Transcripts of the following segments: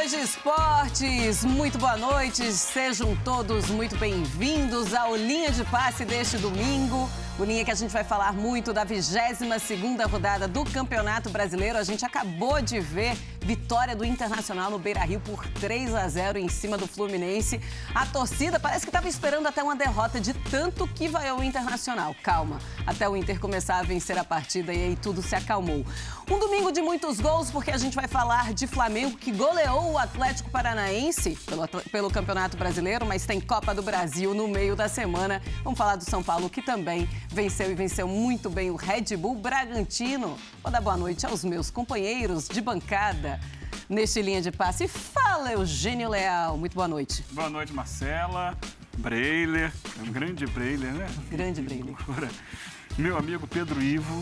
Fãs de esportes, muito boa noite, sejam todos muito bem-vindos ao Linha de Passe deste domingo. O Linha que a gente vai falar muito da 22ª rodada do Campeonato Brasileiro. A gente acabou de ver vitória do Internacional no Beira-Rio por 3-0 em cima do Fluminense. A torcida parece que estava esperando até uma derrota de tanto que vai ao Internacional. Calma, até o Inter começar a vencer a partida e aí tudo se acalmou. Um domingo de muitos gols, porque a gente vai falar de Flamengo, que goleou o Atlético Paranaense pelo Campeonato Brasileiro, mas tem Copa do Brasil no meio da semana. Vamos falar do São Paulo, que também venceu muito bem o Red Bull Bragantino. Vou dar boa noite aos meus companheiros de bancada neste Linha de Passe. Fala, Eugênio Leal. Muito boa noite. Boa noite, Marcela. Breiler. Um grande Breiler, né? Grande Breiler. Meu amigo Pedro Ivo,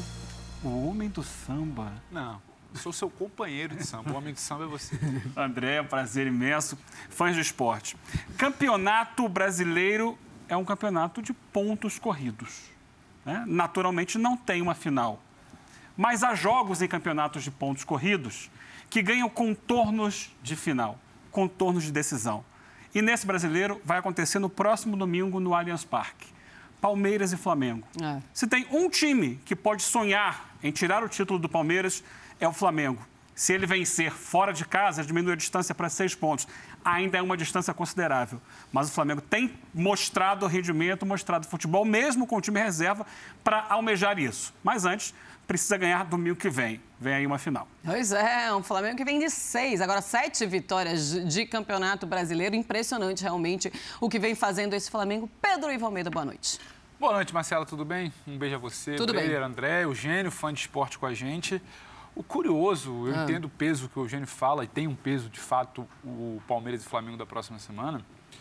o homem do samba. Não, eu sou seu companheiro de samba. O homem do samba é você. André, prazer imenso. Fãs do esporte. Campeonato Brasileiro é um campeonato de pontos corridos, né? Naturalmente não tem uma final. Mas há jogos em campeonatos de pontos corridos que ganham contornos de final, contornos de decisão. E nesse brasileiro vai acontecer no próximo domingo no Allianz Parque. Palmeiras e Flamengo. Se tem um time que pode sonhar em tirar o título do Palmeiras, é o Flamengo. Se ele vencer fora de casa, diminui a distância para 6 pontos. Ainda é uma distância considerável. Mas o Flamengo tem mostrado rendimento, mostrado futebol, mesmo com o time reserva, para almejar isso. Mas antes, precisa ganhar domingo que vem. Vem aí uma final. Pois é, um Flamengo que vem de 6, agora 7 vitórias de Campeonato Brasileiro. Impressionante, realmente, o que vem fazendo esse Flamengo. Pedro Ivo Almeida, boa noite. Boa noite, Marcela, tudo bem? Um beijo a você, tudo bem. André, Eugênio, fã de esporte com a gente. O curioso, eu entendo o peso que o Eugênio fala, e tem um peso, de fato, o Palmeiras e o Flamengo da próxima semana.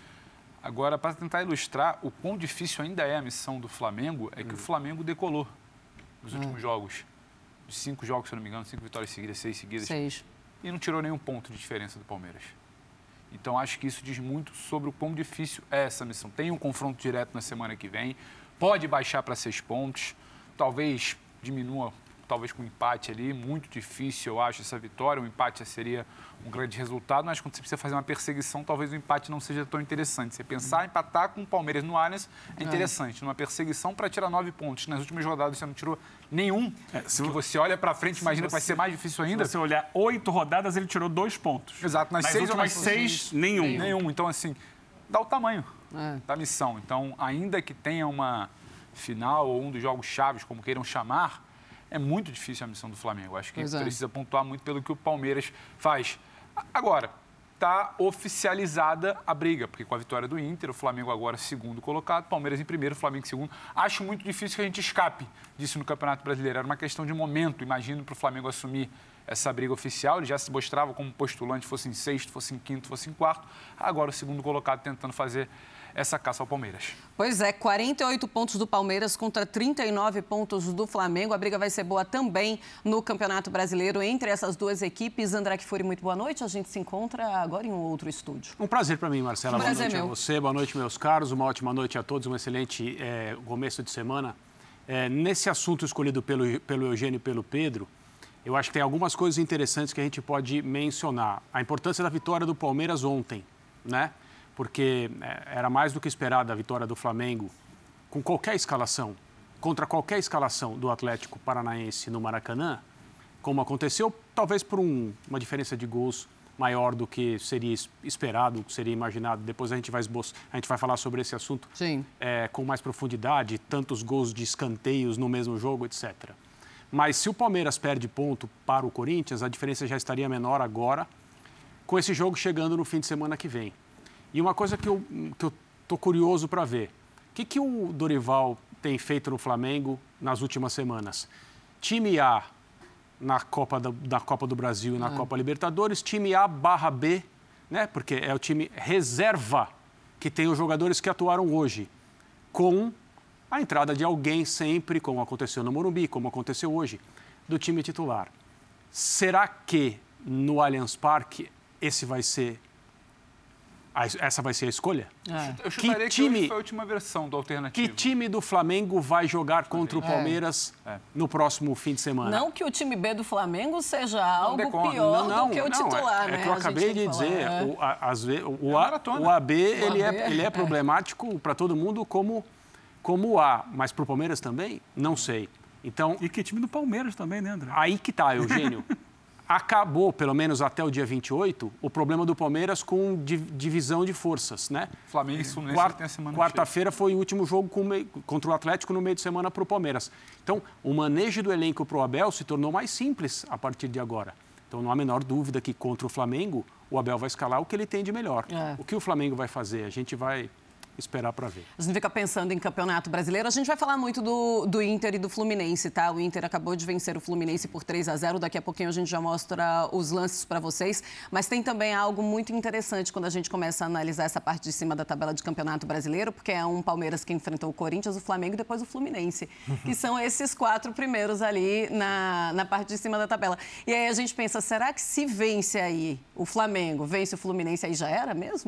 Agora, para tentar ilustrar o quão difícil ainda é a missão do Flamengo, é que o Flamengo decolou nos últimos jogos. De 5 jogos, se eu não me engano, 5 vitórias seguidas, 6 seguidas. 6. E não tirou nenhum ponto de diferença do Palmeiras. Então, acho que isso diz muito sobre o quão difícil é essa missão. Tem um confronto direto na semana que vem, pode baixar para 6 pontos, talvez diminua, talvez com um empate ali, muito difícil, eu acho, essa vitória. Um empate já seria um grande resultado, mas quando você precisa fazer uma perseguição, talvez o empate não seja tão interessante. Você pensar em empatar com o Palmeiras no Allianz é interessante. Numa perseguição para tirar 9 pontos. Nas últimas rodadas você não tirou nenhum. Se você olha para frente, imagina que vai ser mais difícil ainda. Se você olhar 8 rodadas, ele tirou 2 pontos. Exato. Nas 6 últimas 6, nenhum. Nenhum. Então, assim, dá o tamanho da missão. Então, ainda que tenha uma final ou um dos jogos chaves, como queiram chamar, é muito difícil a missão do Flamengo. Acho que precisa pontuar muito pelo que o Palmeiras faz. Agora, está oficializada a briga, porque com a vitória do Inter, o Flamengo agora segundo colocado, Palmeiras em primeiro, Flamengo em segundo. Acho muito difícil que a gente escape disso no Campeonato Brasileiro. Era uma questão de momento, imagino, para o Flamengo assumir essa briga oficial. Ele já se mostrava como postulante, fosse em sexto, fosse em quinto, fosse em quarto. Agora o segundo colocado tentando fazer essa caça ao Palmeiras. Pois é, 48 pontos do Palmeiras contra 39 pontos do Flamengo. A briga vai ser boa também no Campeonato Brasileiro entre essas duas equipes. André Kfouri, muito boa noite. A gente se encontra agora em um outro estúdio. Um prazer para mim, Marcela. Boa noite a você, boa noite, meus caros. Uma ótima noite a todos, um excelente começo de semana. Nesse assunto escolhido pelo Eugênio e pelo Pedro, eu acho que tem algumas coisas interessantes que a gente pode mencionar. A importância da vitória do Palmeiras ontem, né? Porque era mais do que esperada a vitória do Flamengo com qualquer escalação, contra qualquer escalação do Atlético Paranaense no Maracanã, como aconteceu, talvez por uma diferença de gols maior do que seria esperado, seria imaginado. Depois a gente vai falar sobre esse assunto com mais profundidade, tantos gols de escanteios no mesmo jogo, etc. Mas se o Palmeiras perde ponto para o Corinthians, a diferença já estaria menor agora, com esse jogo chegando no fim de semana que vem. E uma coisa que eu estou curioso para ver, o que o Dorival tem feito no Flamengo nas últimas semanas? Time A na Copa do Brasil e na Copa Libertadores, time A/B, né? Porque é o time reserva que tem os jogadores que atuaram hoje, com a entrada de alguém sempre, como aconteceu no Morumbi, como aconteceu hoje, do time titular. Será que no Allianz Parque esse vai ser Essa vai ser a escolha? Eu chutaria que hoje foi a última versão do alternativo. Que time do Flamengo vai jogar contra o Palmeiras no próximo fim de semana? Não que o time B do Flamengo seja algo pior do que o titular, né? É que eu acabei de dizer, o AB ele é problemático para todo mundo como o A, mas para o Palmeiras também? Não sei. Então, e que time do Palmeiras também, né, André? Aí que tá, Eugênio. Acabou, pelo menos até o dia 28, o problema do Palmeiras com divisão de forças, né? Flamengo e Fluminense tem a semana. Quarta-feira foi o último jogo contra o Atlético no meio de semana para o Palmeiras. Então, o manejo do elenco para o Abel se tornou mais simples a partir de agora. Então, não há a menor dúvida que contra o Flamengo, o Abel vai escalar o que ele tem de melhor. O que o Flamengo vai fazer? A gente vai esperar para ver. A gente fica pensando em Campeonato Brasileiro. A gente vai falar muito do Inter e do Fluminense, tá? O Inter acabou de vencer o Fluminense por 3-0. Daqui a pouquinho a gente já mostra os lances para vocês. Mas tem também algo muito interessante quando a gente começa a analisar essa parte de cima da tabela de Campeonato Brasileiro, porque é um Palmeiras que enfrentou o Corinthians, o Flamengo e depois o Fluminense, que são esses 4 primeiros ali na parte de cima da tabela. E aí a gente pensa, será que se vence aí o Flamengo, vence o Fluminense, aí já era mesmo?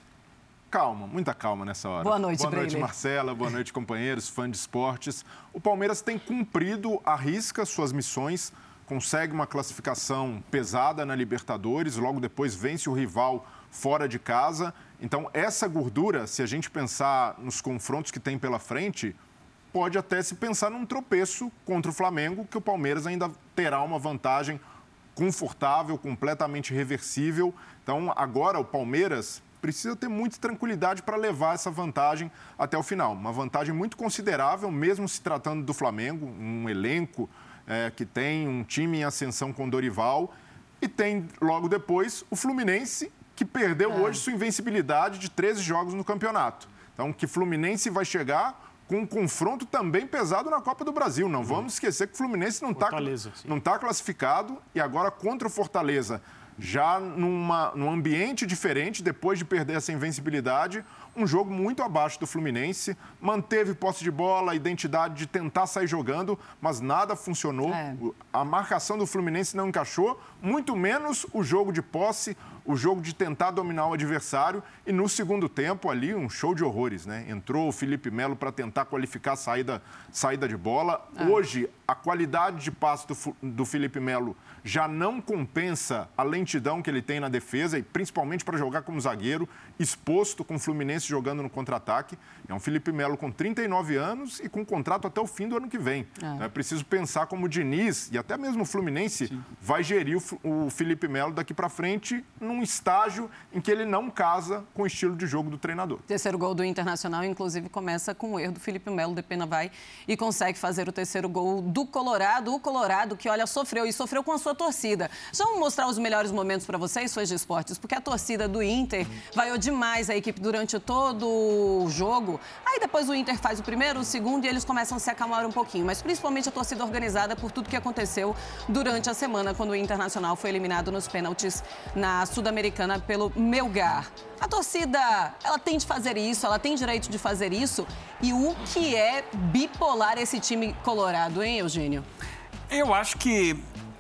Calma, muita calma nessa hora. Boa noite, Boa noite, Marcela. Boa noite, companheiros, fã de esportes. O Palmeiras tem cumprido à risca suas missões, consegue uma classificação pesada na Libertadores, logo depois vence o rival fora de casa. Então, essa gordura, se a gente pensar nos confrontos que tem pela frente, pode até se pensar num tropeço contra o Flamengo, que o Palmeiras ainda terá uma vantagem confortável, completamente reversível. Então, agora o Palmeiras precisa ter muita tranquilidade para levar essa vantagem até o final. Uma vantagem muito considerável, mesmo se tratando do Flamengo, um elenco que tem um time em ascensão com Dorival. E tem, logo depois, o Fluminense, que perdeu hoje sua invencibilidade de 13 jogos no campeonato. Então, que Fluminense vai chegar com um confronto também pesado na Copa do Brasil. Não vamos esquecer que o Fluminense não está classificado e agora contra o Fortaleza, já num ambiente diferente, depois de perder essa invencibilidade, um jogo muito abaixo do Fluminense, manteve posse de bola, a identidade de tentar sair jogando, mas nada funcionou. A marcação do Fluminense não encaixou, muito menos o jogo de posse, o jogo de tentar dominar o adversário. E no segundo tempo ali, um show de horrores, né? Entrou o Felipe Melo para tentar qualificar a saída de bola. Hoje, a qualidade de passe do Felipe Melo já não compensa a lentidão que ele tem na defesa, e principalmente para jogar como zagueiro, exposto com o Fluminense jogando no contra-ataque. É um Felipe Melo com 39 anos e com contrato até o fim do ano que vem. É preciso pensar como o Diniz e até mesmo o Fluminense vai gerir o Felipe Melo daqui para frente num estágio em que ele não casa com o estilo de jogo do treinador. Terceiro gol do Internacional, inclusive, começa com o erro do Felipe Melo. Depena vai e consegue fazer o terceiro gol do Colorado. O Colorado que, olha, sofreu com a sua torcida. Já vamos mostrar os melhores momentos para vocês, fãs de esportes, porque a torcida do Inter vaiou demais a equipe durante todo o jogo. Aí depois o Inter faz o primeiro, o segundo e eles começam a se acalmar um pouquinho. Mas principalmente a torcida organizada por tudo que aconteceu durante a semana, quando o Internacional foi eliminado nos pênaltis na Sul-Americana pelo Melgar. A torcida, ela tem de fazer isso, ela tem direito de fazer isso. E o que é bipolar esse time colorado, hein, Eugênio? Eu acho que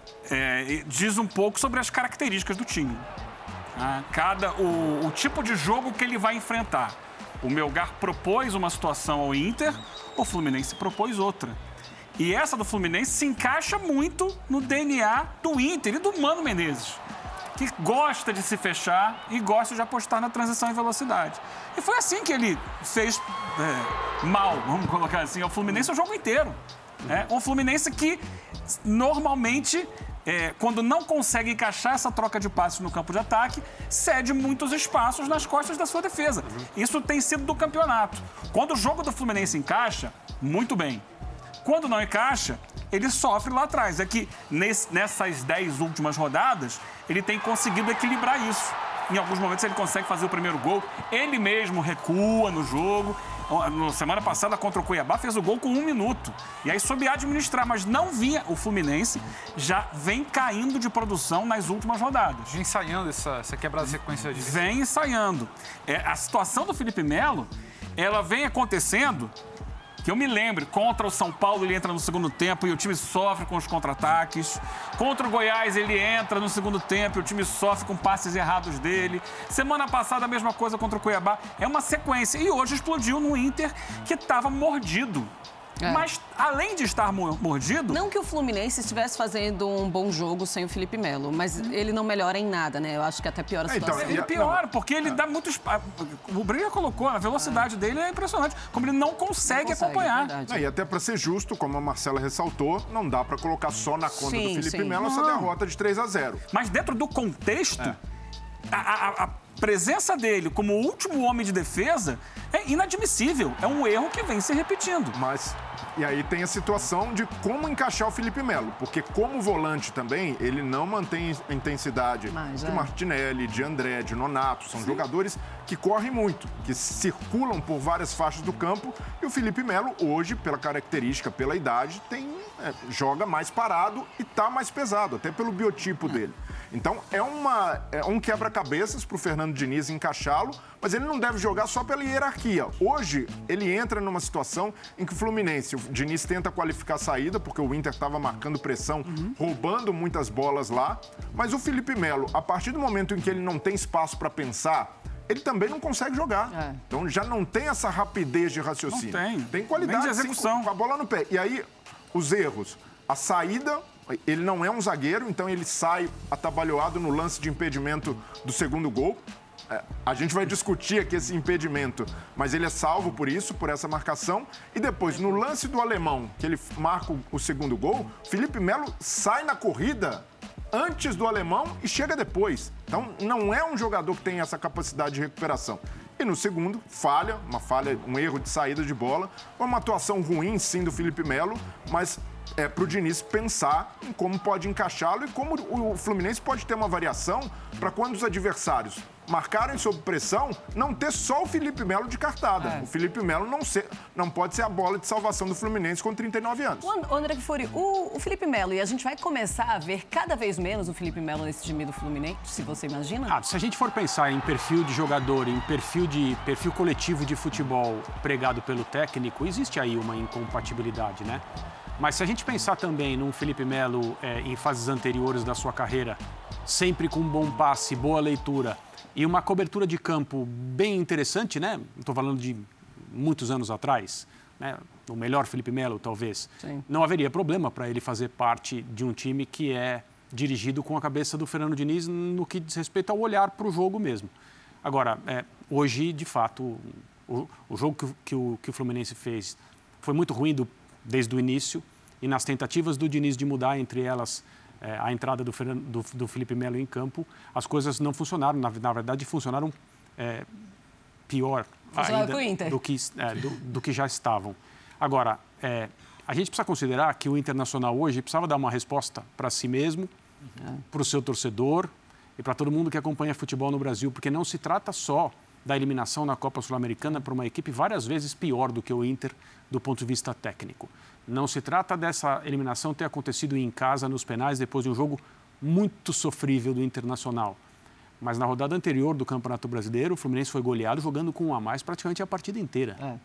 diz um pouco sobre as características do time. O tipo de jogo que ele vai enfrentar. O Melgar propôs uma situação ao Inter, o Fluminense propôs outra. E essa do Fluminense se encaixa muito no DNA do Inter e do Mano Menezes, que gosta de se fechar e gosta de apostar na transição em velocidade. E foi assim que ele fez mal, vamos colocar assim, ao Fluminense o jogo inteiro. Um Fluminense que normalmente, quando não consegue encaixar essa troca de passes no campo de ataque, cede muitos espaços nas costas da sua defesa. Isso tem sido do campeonato. Quando o jogo do Fluminense encaixa, muito bem. Quando não encaixa, ele sofre lá atrás. É que nessas 10 últimas rodadas, ele tem conseguido equilibrar isso. Em alguns momentos ele consegue fazer o primeiro gol, ele mesmo recua no jogo. Na semana passada, contra o Cuiabá, fez o gol com 1 minuto. E aí soube administrar, mas não vinha. O Fluminense já vem caindo de produção nas últimas rodadas. Vem ensaiando essa quebrada sequência de... Vem ensaiando. A situação do Felipe Melo, ela vem acontecendo Que eu me lembre, contra o São Paulo ele entra no segundo tempo e o time sofre com os contra-ataques. Contra o Goiás ele entra no segundo tempo e o time sofre com passes errados dele. Semana passada a mesma coisa contra o Cuiabá. É uma sequência. E hoje explodiu no Inter, que estava mordido. Mas, além de estar mordido... Não que o Fluminense estivesse fazendo um bom jogo sem o Felipe Melo, mas ele não melhora em nada, né? Eu acho que até piora a situação. Então, ele piora, porque ele dá muito espaço. O Briga colocou, a velocidade dele é impressionante. Como ele não consegue acompanhar. E até para ser justo, como a Marcela ressaltou, não dá para colocar só na conta do Felipe Melo essa derrota de 3-0. Mas dentro do contexto, a presença dele como último homem de defesa é inadmissível. É um erro que vem se repetindo. E aí tem a situação de como encaixar o Felipe Melo, porque como volante também, ele não mantém a intensidade de Martinelli, de André, de Nonato. São jogadores que correm muito, que circulam por várias faixas do campo. E o Felipe Melo, hoje, pela característica, pela idade, joga mais parado e está mais pesado, até pelo biotipo dele. Então, é um quebra-cabeças para o Fernando Diniz encaixá-lo, mas ele não deve jogar só pela hierarquia. Hoje, ele entra numa situação em que o Fluminense, o Diniz tenta qualificar a saída, porque o Inter estava marcando pressão, roubando muitas bolas lá, mas o Felipe Melo, a partir do momento em que ele não tem espaço para pensar, ele também não consegue jogar. Então, já não tem essa rapidez de raciocínio. Não tem. Tem qualidade, nem de execução. Com a bola no pé. E aí, os erros. A saída... Ele não é um zagueiro, então ele sai atabalhoado no lance de impedimento do segundo gol. A gente vai discutir aqui esse impedimento, mas ele é salvo por isso, por essa marcação. E depois, no lance do alemão, que ele marca o segundo gol, Felipe Melo sai na corrida antes do alemão e chega depois. Então, não é um jogador que tem essa capacidade de recuperação. E no segundo, um erro de saída de bola, uma atuação ruim, sim, do Felipe Melo, mas é para o Diniz pensar em como pode encaixá-lo e como o Fluminense pode ter uma variação para quando os adversários marcarem sob pressão, não ter só o Felipe Melo de cartada. O Felipe Melo não pode ser a bola de salvação do Fluminense com 39 anos. O André Kfouri, o Felipe Melo, e a gente vai começar a ver cada vez menos o Felipe Melo nesse time do Fluminense, se você imagina? Se a gente for pensar em perfil de jogador, em perfil coletivo de futebol pregado pelo técnico, existe aí uma incompatibilidade, né? Mas se a gente pensar também num Felipe Melo em fases anteriores da sua carreira, sempre com um bom passe, boa leitura e uma cobertura de campo bem interessante, né? Estou falando de muitos anos atrás, né? O melhor Felipe Melo, talvez. Sim. Não haveria problema para ele fazer parte de um time que é dirigido com a cabeça do Fernando Diniz no que diz respeito ao olhar para o jogo mesmo. Agora, hoje, de fato, o jogo que o Fluminense fez foi muito ruim desde o início, e nas tentativas do Diniz de mudar, entre elas, a entrada do Felipe Melo em campo, as coisas não funcionaram. Na verdade, funcionaram pior ainda do que já estavam. Agora, a gente precisa considerar que o Internacional hoje precisava dar uma resposta para si mesmo, para o seu torcedor e para todo mundo que acompanha futebol no Brasil, porque não se trata só da eliminação na Copa Sul-Americana para uma equipe várias vezes pior do que o Inter do ponto de vista técnico. Não se trata dessa eliminação ter acontecido em casa, nos penais, depois de um jogo muito sofrível do Internacional. Mas na rodada anterior do Campeonato Brasileiro, o Fluminense foi goleado jogando com um a mais praticamente a partida inteira.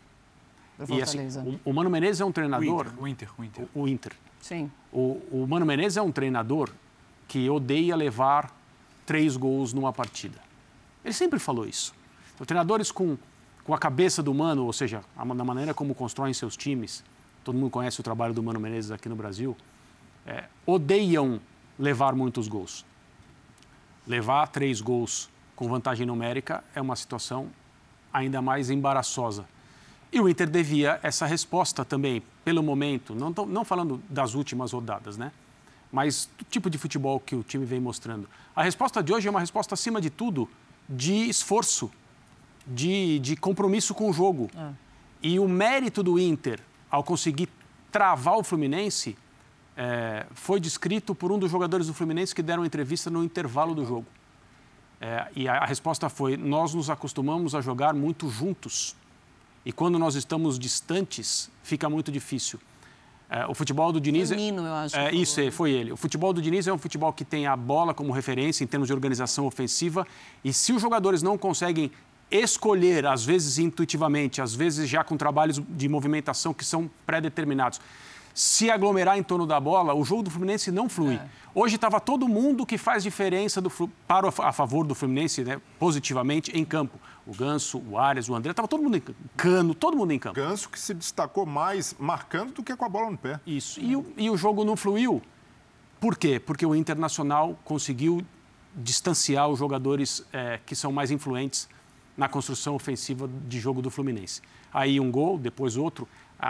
E assim, o Mano Menezes é um treinador... O Inter. Sim. O Mano Menezes é um treinador que odeia levar 3 gols numa partida. Ele sempre falou isso. Então, treinadores com a cabeça do Mano, ou seja, da maneira como constroem seus times, todo mundo conhece o trabalho do Mano Menezes aqui no Brasil, odeiam levar muitos gols. Levar 3 gols com vantagem numérica é uma situação ainda mais embaraçosa. E o Inter devia essa resposta também, pelo momento, não falando das últimas rodadas, né? Mas do tipo de futebol que o time vem mostrando. A resposta de hoje é uma resposta, acima de tudo, de esforço, de compromisso com o jogo. E o mérito do Inter, ao conseguir travar o Fluminense, foi descrito por um dos jogadores do Fluminense que deram entrevista no intervalo do jogo. E a resposta foi: nós nos acostumamos a jogar muito juntos. E quando nós estamos distantes, fica muito difícil. O futebol do Diniz... Firmino, eu acho. Foi ele. O futebol do Diniz é um futebol que tem a bola como referência em termos de organização ofensiva. E se os jogadores não conseguem escolher, às vezes intuitivamente, às vezes já com trabalhos de movimentação que são pré-determinados, se aglomerar em torno da bola, o jogo do Fluminense não flui. Hoje estava todo mundo que faz diferença a favor do Fluminense, né, positivamente, em campo. O Ganso, o Arias, o André, estava todo mundo em campo. Cano, todo mundo em campo. Ganso que se destacou mais marcando do que com a bola no pé. Isso. E o jogo não fluiu. Por quê? Porque o Internacional conseguiu distanciar os jogadores que são mais influentes na construção ofensiva de jogo do Fluminense. Aí um gol, depois outro.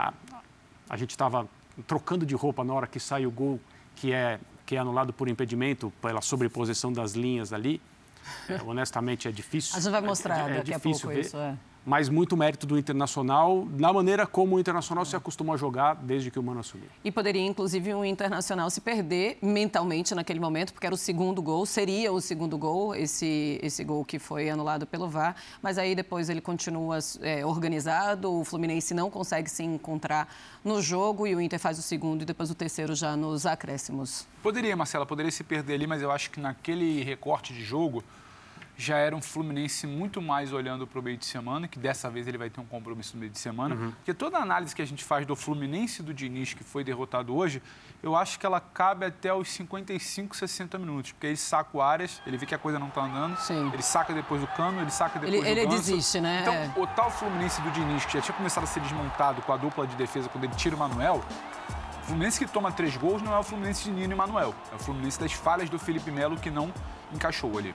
A gente estava trocando de roupa na hora que sai o gol, que é anulado por impedimento, pela sobreposição das linhas ali. Honestamente, é difícil. A gente vai mostrar daqui a pouco ver, isso. Mas muito mérito do Internacional, na maneira como o Internacional se acostumou a jogar desde que o Mano assumiu. E poderia, inclusive, o Internacional se perder mentalmente naquele momento, porque era o segundo gol, seria o segundo gol, esse gol que foi anulado pelo VAR. Mas aí depois ele continua organizado, o Fluminense não consegue se encontrar no jogo e o Inter faz o segundo e depois o terceiro já nos acréscimos. Poderia, Marcela, poderia se perder ali, mas eu acho que naquele recorte de jogo já era um Fluminense muito mais olhando para o meio de semana, que dessa vez ele vai ter um compromisso no meio de semana, porque toda a análise que a gente faz do Fluminense e do Diniz, que foi derrotado hoje, eu acho que ela cabe até os 55, 60 minutos, porque ele saca o Arias, ele vê que a coisa não está andando, ele saca depois o Cano, ele saca depois o Ganso. Ele desiste, né? Então, o tal Fluminense do Diniz, que já tinha começado a ser desmontado com a dupla de defesa quando ele tira o Manuel, o Fluminense que toma 3 gols não é o Fluminense de Nino e Manuel, é o Fluminense das falhas do Felipe Melo que não encaixou ali.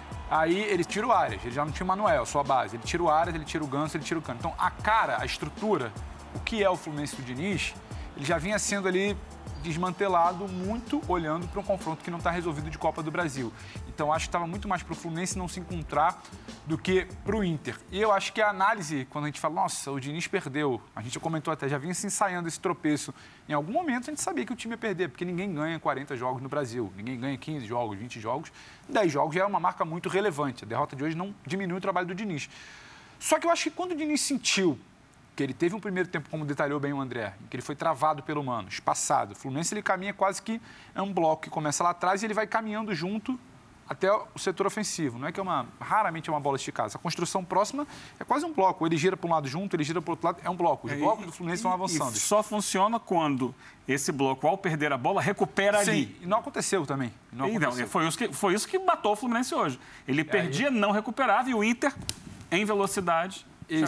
Aí ele tira o Arias, ele já não tinha o Manuel, sua base. Ele tira o Arias, ele tira o Ganso, ele tira o Cano. Então, a estrutura, o que é o Fluminense do Diniz, ele já vinha sendo ali desmantelado muito olhando para um confronto que não está resolvido de Copa do Brasil. Então, acho que estava muito mais para o Fluminense não se encontrar do que para o Inter. E eu acho que a análise, quando a gente fala, nossa, o Diniz perdeu, a gente comentou até, já vinha se ensaiando esse tropeço. Em algum momento a gente sabia que o time ia perder, porque ninguém ganha 40 jogos no Brasil, ninguém ganha 15 jogos, 20 jogos, 10 jogos já é uma marca muito relevante. A derrota de hoje não diminui o trabalho do Diniz. Só que eu acho que quando o Diniz sentiu que ele teve um primeiro tempo, como detalhou bem o André, que ele foi travado pelo Mano, espaçado. O Fluminense ele caminha quase que é um bloco que começa lá atrás e ele vai caminhando junto até o setor ofensivo. Não é que raramente é uma bola esticada. Essa construção próxima é quase um bloco. Ele gira para um lado junto, ele gira para o outro lado, é um bloco. Os blocos do Fluminense vão avançando. E só funciona quando esse bloco, ao perder a bola, recupera ali. Sim, e não aconteceu também. Então, foi isso que matou o Fluminense hoje. Ele perdia, não recuperava e o Inter, em velocidade,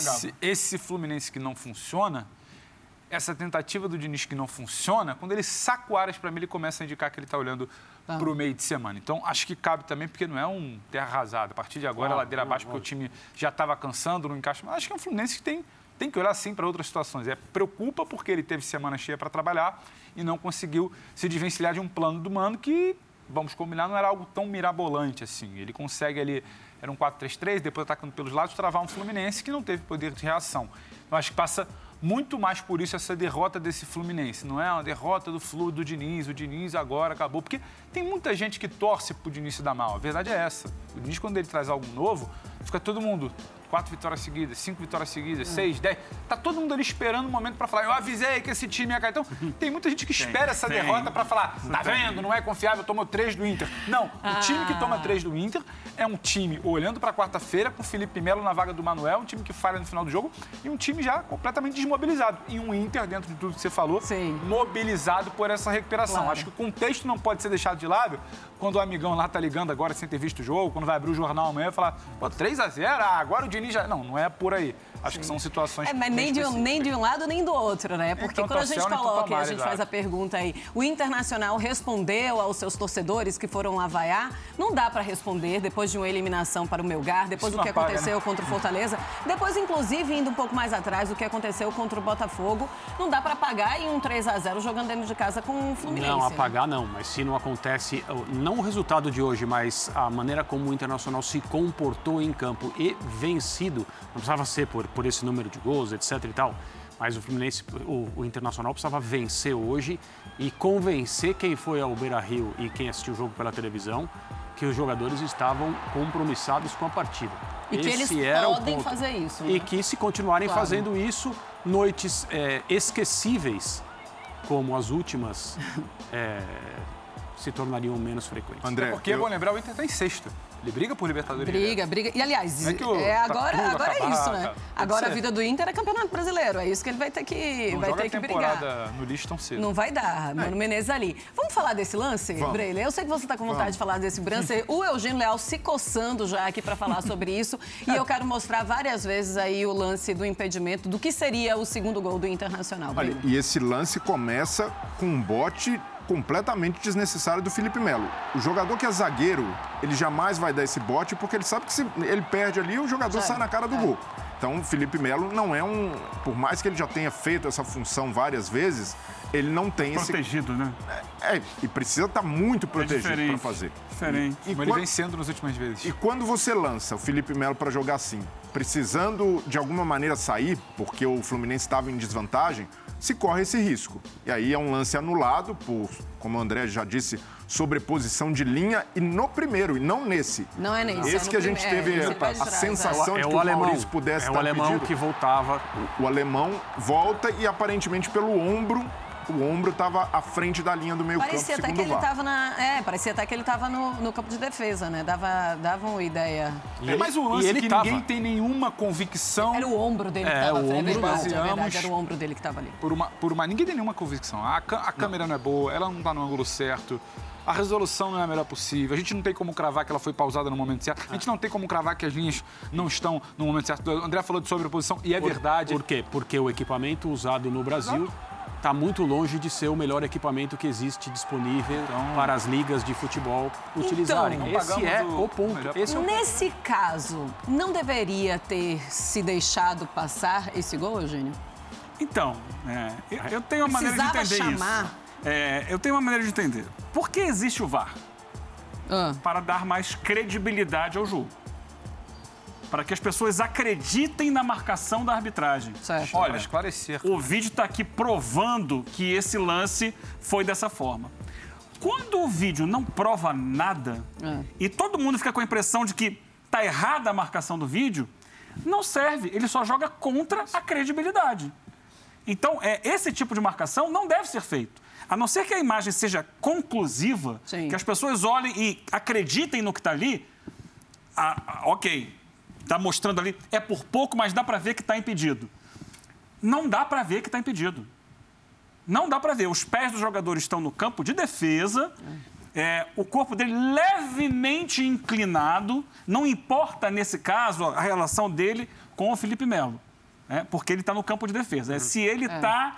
esse Fluminense que não funciona, essa tentativa do Diniz que não funciona, quando ele saca o Arias para mim, ele começa a indicar que ele está olhando para o meio de semana. Então, acho que cabe também, porque não é um terra arrasada. A partir de agora, ladeira abaixo, porque o time já estava cansando, não encaixa. Mas acho que é um Fluminense que tem que olhar, sim, para outras situações. Preocupa porque ele teve semana cheia para trabalhar e não conseguiu se desvencilhar de um plano do Mano que, vamos combinar, não era algo tão mirabolante assim. Ele consegue ali... Era um 4-3-3, depois atacando pelos lados, travar um Fluminense que não teve poder de reação. Eu acho que passa muito mais por isso essa derrota desse Fluminense. Não é uma derrota do Diniz, o Diniz agora acabou. Porque tem muita gente que torce pro Diniz se dar mal. A verdade é essa. O Diniz, quando ele traz algo novo, fica todo mundo... 4 vitórias seguidas, 5 vitórias seguidas, 6, 10. Tá todo mundo ali esperando um momento para falar, eu avisei que esse time ia cair. Então, tem muita gente que espera essa derrota para falar, tá vendo, não é confiável, tomou 3 do Inter. Não, o time que toma 3 do Inter é um time olhando para quarta-feira com o Felipe Melo na vaga do Manuel, um time que falha no final do jogo e um time já completamente desmobilizado. E um Inter, dentro de tudo que você falou, mobilizado por essa recuperação. Claro. Acho que o contexto não pode ser deixado de lado quando o amigão lá tá ligando agora sem ter visto o jogo, quando vai abrir o jornal amanhã e falar, pô, 3-0, agora o Diniz já... Não é por aí. Acho que são situações... mas nem de um lado nem do outro, né? Porque então, quando a gente coloca e a gente faz a pergunta aí, o Internacional respondeu aos seus torcedores que foram lá vaiar? Não dá para responder depois de uma eliminação para o Melgar, depois do que aconteceu contra o Fortaleza, depois, inclusive, indo um pouco mais atrás do que aconteceu contra o Botafogo. Não dá para apagar em um 3-0 jogando dentro de casa com o Fluminense. Não, apagar não, mas se não acontece, não o resultado de hoje, mas a maneira como o Internacional se comportou em campo e vencido, não precisava ser por esse número de gols, etc e tal, mas o Fluminense, o Internacional precisava vencer hoje e convencer quem foi ao Beira-Rio e quem assistiu o jogo pela televisão que os jogadores estavam compromissados com a partida. E que eles podem fazer isso. E que se continuarem fazendo isso, noites esquecíveis, como as últimas se tornariam menos frequentes. André, porque é bom lembrar, o Inter está em sexto. Ele briga por Libertadores. Briga. E, aliás, agora é isso, né? Agora a vida do Inter é Campeonato Brasileiro. É isso que ele vai ter que, não vai ter que brigar. No lixo tão cedo. Não vai dar. Mano Menezes ali. Vamos falar desse lance, Breyle? Eu sei que você está com vontade de falar desse lance. O Eugênio Leal se coçando já aqui para falar sobre isso. E eu quero mostrar várias vezes aí o lance do impedimento do que seria o segundo gol do Internacional. Olha, e esse lance começa com um bote completamente desnecessário do Felipe Melo. O jogador que é zagueiro, ele jamais vai dar esse bote, porque ele sabe que se ele perde ali, o jogador sai na cara do gol. Então, o Felipe Melo não é por mais que ele já tenha feito essa função várias vezes, ele não tem protegido, né? E precisa estar muito protegido para fazer. Diferente. Como ele vem sendo nas últimas vezes. E quando você lança o Felipe Melo para jogar assim, precisando de alguma maneira sair, porque o Fluminense estava em desvantagem, se corre esse risco. E aí é um lance anulado por, como o André já disse, sobreposição de linha e no primeiro, e não nesse. Não é nesse. Esse que a gente teve a sensação de que o Maurício pudesse dar o alemão que voltava. O alemão volta e aparentemente pelo ombro, o ombro estava à frente da linha do meio campo, parecia até que ele estava parecia até que ele estava no campo de defesa, né? Dava uma ideia. Mas o lance que ninguém tem nenhuma convicção. Era o ombro dele que estava. É verdade, era o ombro dele que estava ali. Ninguém tem nenhuma convicção. A câmera não é boa, ela não está no ângulo certo. A resolução não é a melhor possível. A gente não tem como cravar que ela foi pausada no momento certo. A gente não tem como cravar que as linhas não estão no momento certo. O André falou de sobreposição e é verdade. Por quê? Porque o equipamento usado no Brasil está muito longe de ser o melhor equipamento que existe disponível para as ligas de futebol utilizarem. Esse é o ponto. Nesse caso, não deveria ter se deixado passar esse gol, Eugênio? Então, eu tenho uma maneira de entender isso. Eu tenho uma maneira de entender. Por que existe o VAR? Para dar mais credibilidade ao jogo. Para que as pessoas acreditem na marcação da arbitragem. Certo. Olha, esclarecer. O vídeo está aqui provando que esse lance foi dessa forma. Quando o vídeo não prova nada e todo mundo fica com a impressão de que está errada a marcação do vídeo, não serve. Ele só joga contra a credibilidade. Então, esse tipo de marcação não deve ser feito. A não ser que a imagem seja conclusiva, que as pessoas olhem e acreditem no que está ali, ok. Está mostrando ali, é por pouco, mas dá para ver que está impedido. Não dá para ver que está impedido. Não dá para ver. Os pés dos jogadores estão no campo de defesa, o corpo dele levemente inclinado, não importa, nesse caso, a relação dele com o Felipe Melo. Porque ele está no campo de defesa. Se ele está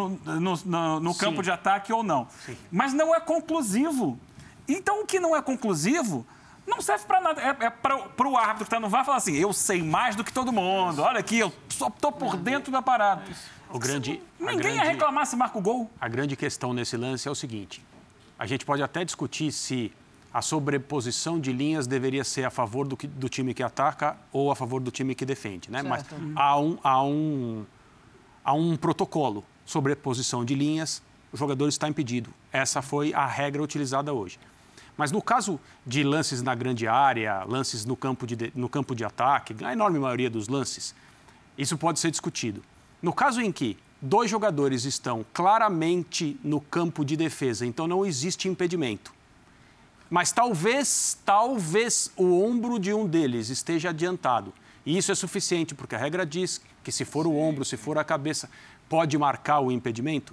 no campo de ataque ou não. Sim. Mas não é conclusivo. Então, o que não é conclusivo não serve para nada. É para o árbitro que está no VAR falar assim, eu sei mais do que todo mundo. Olha aqui, eu só estou por dentro da parada. Ninguém ia reclamar se marca o gol. A grande questão nesse lance é o seguinte. A gente pode até discutir se a sobreposição de linhas deveria ser a favor do time que ataca ou a favor do time que defende, né? Mas há um protocolo. Sobreposição de linhas, o jogador está impedido. Essa foi a regra utilizada hoje. Mas no caso de lances na grande área, lances no campo de ataque, a enorme maioria dos lances, isso pode ser discutido. No caso em que dois jogadores estão claramente no campo de defesa, então não existe impedimento. Mas talvez o ombro de um deles esteja adiantado. E isso é suficiente, porque a regra diz que se for o ombro, se for a cabeça, pode marcar o impedimento.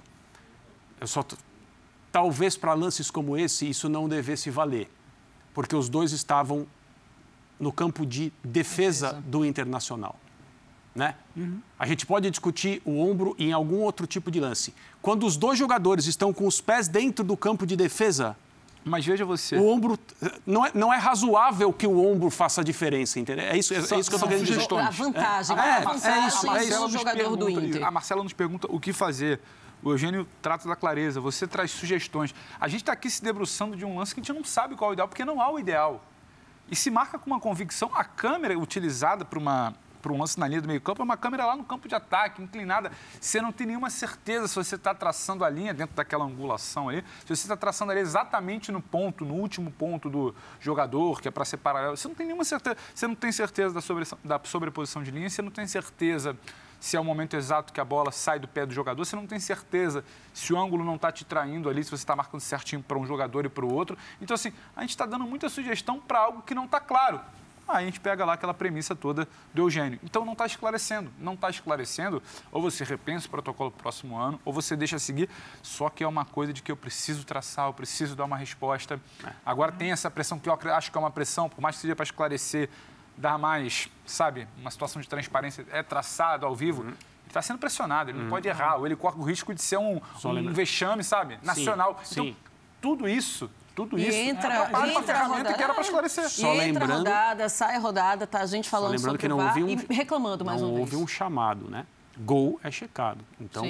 Talvez para lances como esse, isso não devesse valer, porque os dois estavam no campo de defesa do Internacional. Né? A gente pode discutir o ombro em algum outro tipo de lance. Quando os dois jogadores estão com os pés dentro do campo de defesa, mas veja você. O ombro. Não é razoável que o ombro faça diferença, entendeu? É isso que eu estou querendo dizer. A vantagem. É isso. O jogador do Inter. A Marcela nos pergunta o que fazer. O Eugênio trata da clareza, você traz sugestões. A gente está aqui se debruçando de um lance que a gente não sabe qual é o ideal, porque não há o ideal. E se marca com uma convicção, a câmera utilizada para para um lance na linha do meio-campo, é uma câmera lá no campo de ataque, inclinada. Você não tem nenhuma certeza se você está traçando a linha dentro daquela angulação ali, se você está traçando ali exatamente no último ponto do jogador, que é para ser paralelo. Você não tem nenhuma certeza. Você não tem certeza da sobreposição de linha, você não tem certeza se é o momento exato que a bola sai do pé do jogador, você não tem certeza se o ângulo não está te traindo ali, se você está marcando certinho para um jogador e para o outro. Então, assim, a gente está dando muita sugestão para algo que não está claro. Aí a gente pega lá aquela premissa toda do Eugênio. Então, não está esclarecendo. Não está esclarecendo, ou você repensa o protocolo para o próximo ano, ou você deixa seguir. Só que é uma coisa de que eu preciso traçar, eu preciso dar uma resposta. Agora tem essa pressão que eu acho que é uma pressão, por mais que seja para esclarecer, dar mais, sabe, uma situação de transparência, é traçado ao vivo, ele está sendo pressionado, ele não pode errar, ou ele corre o risco de ser um vexame, sabe, nacional. Sim. Então, tudo isso entra a rodada, que era para esclarecer. Entra a rodada, sai a rodada, tá a gente falando sobre o VAR e reclamando mais uma vez. Não houve um chamado, né? Gol é checado, então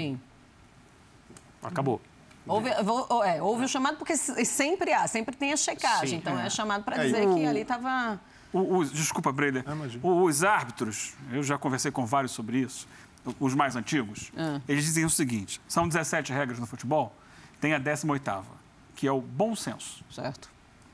acabou. Houve o chamado porque sempre tem a checagem, então é chamado para dizer que ali estava... Desculpa, Breida. Os árbitros, eu já conversei com vários sobre isso, os mais antigos, eles dizem o seguinte, são 17 regras no futebol, tem a 18ª, que é o bom senso. Certo.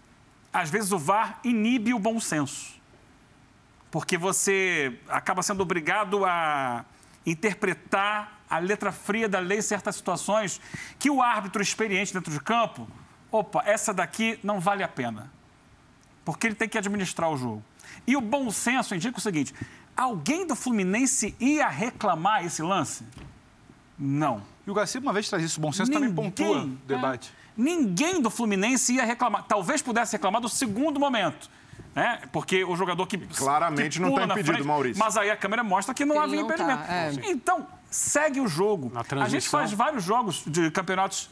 Às vezes o VAR inibe o bom senso, porque você acaba sendo obrigado a interpretar a letra fria da lei em certas situações que o árbitro experiente dentro de campo, essa daqui não vale a pena. Porque ele tem que administrar o jogo. E o bom senso indica o seguinte, alguém do Fluminense ia reclamar esse lance? Não. E o Garcia, uma vez traz isso, o bom senso também pontua o debate. Ninguém do Fluminense ia reclamar. Talvez pudesse reclamar do segundo momento. Né? Porque o jogador que claramente não está impedido, Maurício. Mas aí a câmera mostra que não havia impedimento. Então, segue o jogo. A gente faz vários jogos de campeonatos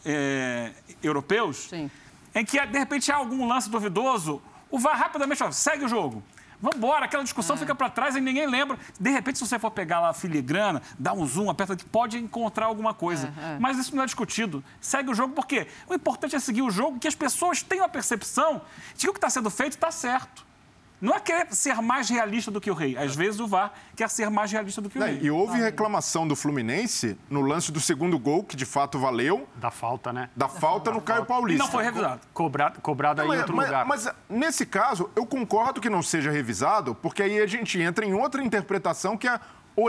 europeus em que, de repente, há algum lance duvidoso, o VAR rapidamente fala, segue o jogo. Vamos embora, aquela discussão fica para trás e ninguém lembra. De repente, se você for pegar lá a filigrana, dá um zoom, aperta, pode encontrar alguma coisa. Mas isso não é discutido. Segue o jogo, porque o importante é seguir o jogo, que as pessoas tenham a percepção de que o que está sendo feito está certo. Não é querer ser mais realista do que o rei. Às vezes o VAR quer ser mais realista do que o rei. E houve reclamação do Fluminense no lance do segundo gol, que de fato valeu. Da falta, né? Da falta no Caio Paulista. E não foi revisado. Cobrado aí em outro lugar. Mas nesse caso, eu concordo que não seja revisado, porque aí a gente entra em outra interpretação que é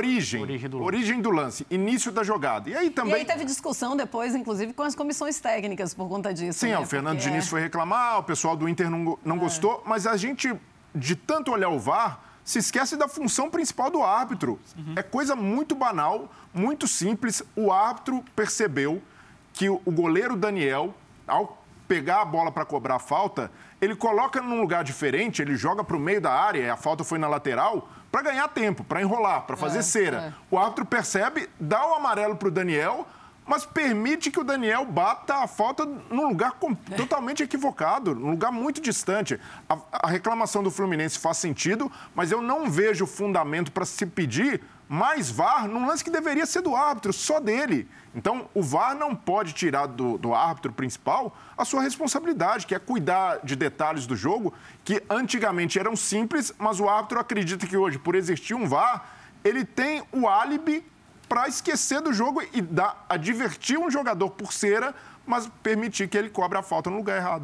origem do lance, início da jogada. E aí teve discussão depois, inclusive, com as comissões técnicas por conta disso. Sim, o Fernando Diniz foi reclamar, o pessoal do Inter não gostou, mas a gente, de tanto olhar o VAR, se esquece da função principal do árbitro. É coisa muito banal, muito simples. O árbitro percebeu que o goleiro Daniel, ao pegar a bola para cobrar a falta, ele coloca num lugar diferente, ele joga para o meio da área, e a falta foi na lateral, para ganhar tempo, para enrolar, para fazer cera. O árbitro percebe, dá o amarelo para o Daniel, mas permite que o Daniel bata a falta num lugar totalmente equivocado, num lugar muito distante. A reclamação do Fluminense faz sentido, mas eu não vejo fundamento para se pedir mais VAR num lance que deveria ser do árbitro, só dele. Então, o VAR não pode tirar do árbitro principal a sua responsabilidade, que é cuidar de detalhes do jogo, que antigamente eram simples, mas o árbitro acredita que hoje, por existir um VAR, ele tem o álibi para esquecer do jogo e advertir um jogador por cera, mas permitir que ele cobre a falta no lugar errado.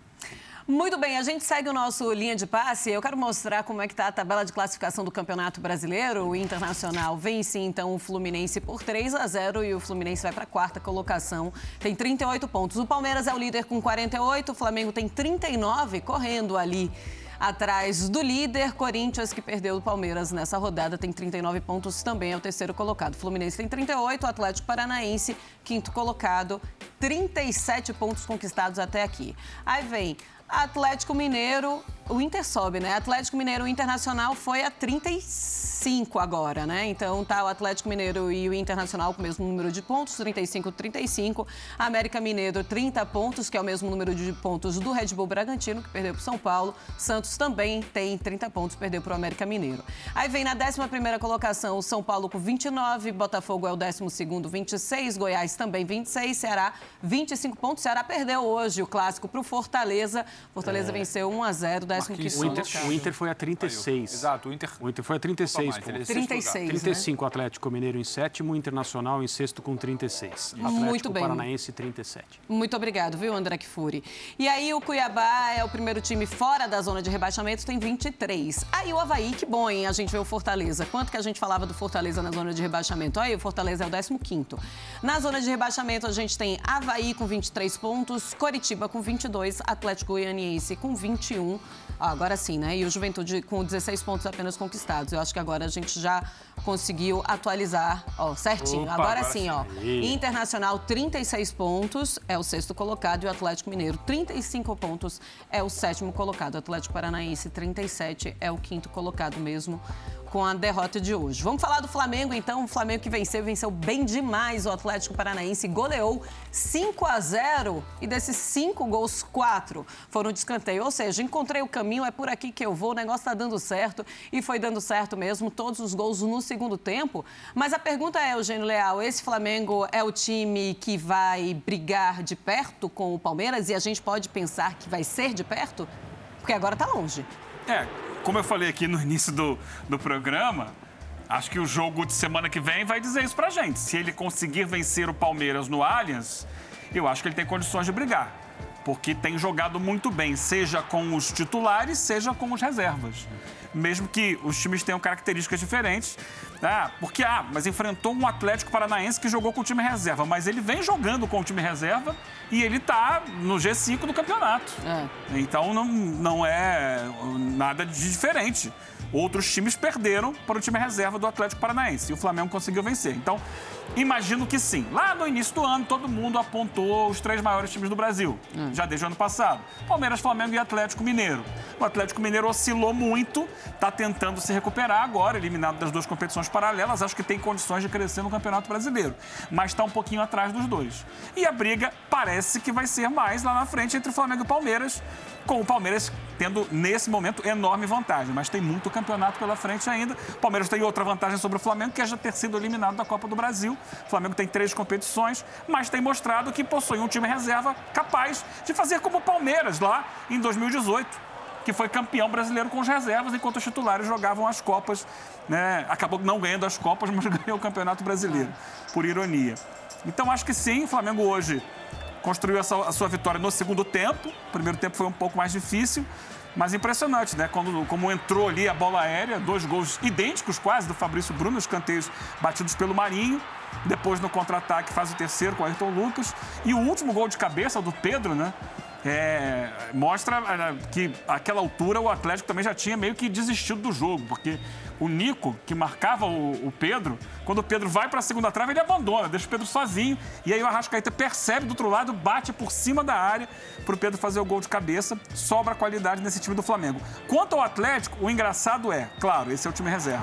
Muito bem, a gente segue o nosso linha de passe. Eu quero mostrar como é que está a tabela de classificação do Campeonato Brasileiro. O Internacional vence, então, o Fluminense por 3-0 e o Fluminense vai para a 4ª colocação. Tem 38 pontos. O Palmeiras é o líder com 48, o Flamengo tem 39, correndo ali atrás do líder. Corinthians, que perdeu do Palmeiras nessa rodada, tem 39 pontos, também é o 3º colocado. Fluminense tem 38, o Atlético Paranaense, 5º colocado, 37 pontos conquistados até aqui. Aí vem Atlético Mineiro, o Inter sobe, né? Atlético Mineiro, o Internacional foi a 35 agora, né? Então tá o Atlético Mineiro e o Internacional com o mesmo número de pontos, 35. América Mineiro, 30 pontos, que é o mesmo número de pontos do Red Bull Bragantino, que perdeu para o São Paulo. Santos também tem 30 pontos, perdeu para o América Mineiro. Aí vem na 11ª colocação o São Paulo com 29, Botafogo é o 12º, 26, Goiás também 26, Ceará 25 pontos. Ceará perdeu hoje o clássico para o Fortaleza. Fortaleza venceu 1-0, 15º colocado. O Inter foi a 36. Exato, o Inter foi a 36. 35, né? o Atlético Mineiro em sétimo, o Internacional em sexto com 36. Atlético Muito bem. Paranaense 37. Muito obrigado, viu, André Kfouri? E aí o Cuiabá é o primeiro time fora da zona de rebaixamento, tem 23. Aí o Avaí, que bom, hein? A gente vê o Fortaleza. Quanto que a gente falava do Fortaleza na zona de rebaixamento? Aí o Fortaleza é o 15º. Na zona de rebaixamento a gente tem Avaí com 23 pontos, Coritiba com 22, Atlético Goianiense com 21. Agora sim, né? E o Juventude com 16 pontos apenas conquistados. Eu acho que agora a gente já conseguiu atualizar, ó, certinho. Opa, agora sim, ó. Aí. Internacional, 36 pontos, é o 6º colocado. E o Atlético Mineiro, 35 pontos, é o 7º colocado. O Atlético Paranaense, 37, é o 5º colocado mesmo, com a derrota de hoje. Vamos falar do Flamengo, então. O Flamengo que venceu bem demais o Atlético Paranaense, goleou 5-0 e desses 5 gols, 4 foram de escanteio. Ou seja, encontrei o caminho, é por aqui que eu vou, o negócio tá dando certo e foi dando certo mesmo, todos os gols no segundo tempo. Mas a pergunta é, Eugênio Leal, esse Flamengo é o time que vai brigar de perto com o Palmeiras e a gente pode pensar que vai ser de perto? Porque agora tá longe. Como eu falei aqui no início do programa, acho que o jogo de semana que vem vai dizer isso pra gente. Se ele conseguir vencer o Palmeiras no Allianz, eu acho que ele tem condições de brigar. Porque tem jogado muito bem, seja com os titulares, seja com os reservas. Mesmo que os times tenham características diferentes. Mas enfrentou um Atlético Paranaense que jogou com o time reserva. Mas ele vem jogando com o time reserva e ele está no G5 do campeonato. Então não é nada de diferente. Outros times perderam para o time reserva do Atlético Paranaense e o Flamengo conseguiu vencer. Então, imagino que sim. Lá no início do ano, todo mundo apontou os 3 maiores times do Brasil, já desde o ano passado. Palmeiras, Flamengo e Atlético Mineiro. O Atlético Mineiro oscilou muito, está tentando se recuperar agora, eliminado das 2 competições paralelas. Acho que tem condições de crescer no Campeonato Brasileiro, mas está um pouquinho atrás dos 2. E a briga parece que vai ser mais lá na frente entre Flamengo e Palmeiras, com o Palmeiras tendo, nesse momento, enorme vantagem. Mas tem muito campeonato pela frente ainda. O Palmeiras tem outra vantagem sobre o Flamengo, que é já ter sido eliminado da Copa do Brasil. O Flamengo tem 3 competições, mas tem mostrado que possui um time reserva capaz de fazer como o Palmeiras lá em 2018, que foi campeão brasileiro com os reservas, enquanto os titulares jogavam as Copas, né? Acabou não ganhando as Copas, mas ganhou o Campeonato Brasileiro, por ironia. Então, acho que sim, o Flamengo hoje construiu a sua vitória no segundo tempo. O primeiro tempo foi um pouco mais difícil, mas impressionante, né? Como entrou ali a bola aérea, 2 gols idênticos quase do Fabrício Bruno, escanteios batidos pelo Marinho. Depois, no contra-ataque, faz o terceiro com o Ayrton Lucas. E o último gol de cabeça do Pedro, né? Mostra que àquela altura o Atlético também já tinha meio que desistido do jogo, porque o Nico, que marcava o Pedro, quando o Pedro vai para a segunda trave, ele abandona, deixa o Pedro sozinho, e aí o Arrascaeta percebe do outro lado, bate por cima da área para o Pedro fazer o gol de cabeça, sobra qualidade nesse time do Flamengo. Quanto ao Atlético, o engraçado claro, esse é o time reserva.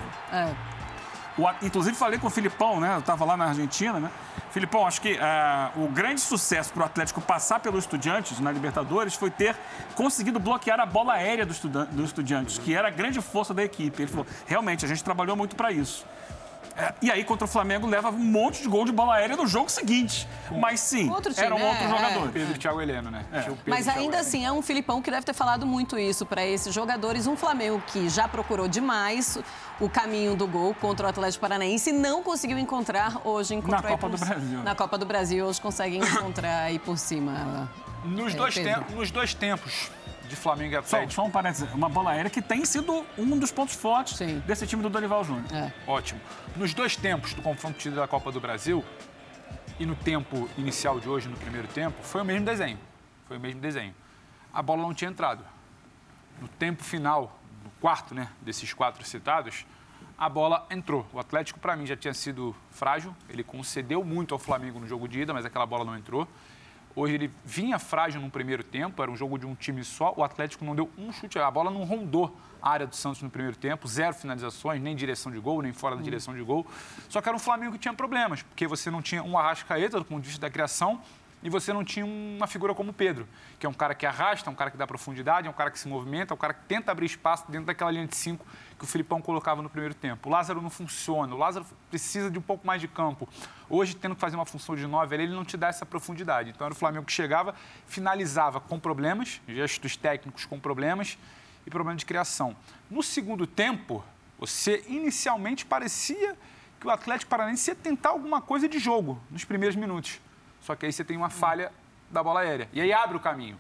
Inclusive, falei com o Filipão, né? Eu estava lá na Argentina, né? Filipão, acho que o grande sucesso para o Atlético passar pelo Estudiantes na Libertadores foi ter conseguido bloquear a bola aérea do Estudiantes, que era a grande força da equipe. Ele falou, realmente, a gente trabalhou muito para isso. E aí, contra o Flamengo, leva um monte de gol de bola aérea no jogo seguinte. Mas sim, eram outros jogadores. Pedro e Thiago Heleno, né? Mas ainda assim, é um Filipão que deve ter falado muito isso para esses jogadores. Um Flamengo que já procurou demais o caminho do gol contra o Atlético Paranaense e não conseguiu encontrar. Hoje encontrou na Copa do Brasil. Na Copa do Brasil, hoje consegue encontrar aí por cima. Nos dois tempos de Flamengo e Atlético. Só um parênteses, uma bola aérea que tem sido um dos pontos fortes desse time do Dorival Júnior. Ótimo. Nos 2 tempos do confronto tido da Copa do Brasil e no tempo inicial de hoje, no primeiro tempo, foi o mesmo desenho. A bola não tinha entrado. No tempo final, no quarto, né, desses 4 citados, a bola entrou. O Atlético, para mim, já tinha sido frágil. Ele concedeu muito ao Flamengo no jogo de ida, mas aquela bola não entrou. Hoje ele vinha frágil no primeiro tempo, era um jogo de um time só. O Atlético não deu um chute, a bola não rondou a área do Santos no primeiro tempo, 0 finalizações, nem direção de gol, nem fora da direção de gol. Só que era um Flamengo que tinha problemas, porque você não tinha um Arrascaeta do ponto de vista da criação e você não tinha uma figura como o Pedro, que é um cara que arrasta, um cara que dá profundidade, é um cara que se movimenta, é um cara que tenta abrir espaço dentro daquela linha de 5 que o Filipão colocava no primeiro tempo. O Lázaro não funciona, o Lázaro precisa de um pouco mais de campo. Hoje, tendo que fazer uma função de 9, ele não te dá essa profundidade. Então, era o Flamengo que chegava, finalizava com problemas, gestos técnicos com problemas, e problema de criação. No segundo tempo, você inicialmente parecia que o Atlético Paranaense ia tentar alguma coisa de jogo nos primeiros minutos. Só que aí você tem uma falha da bola aérea. E aí abre o caminho.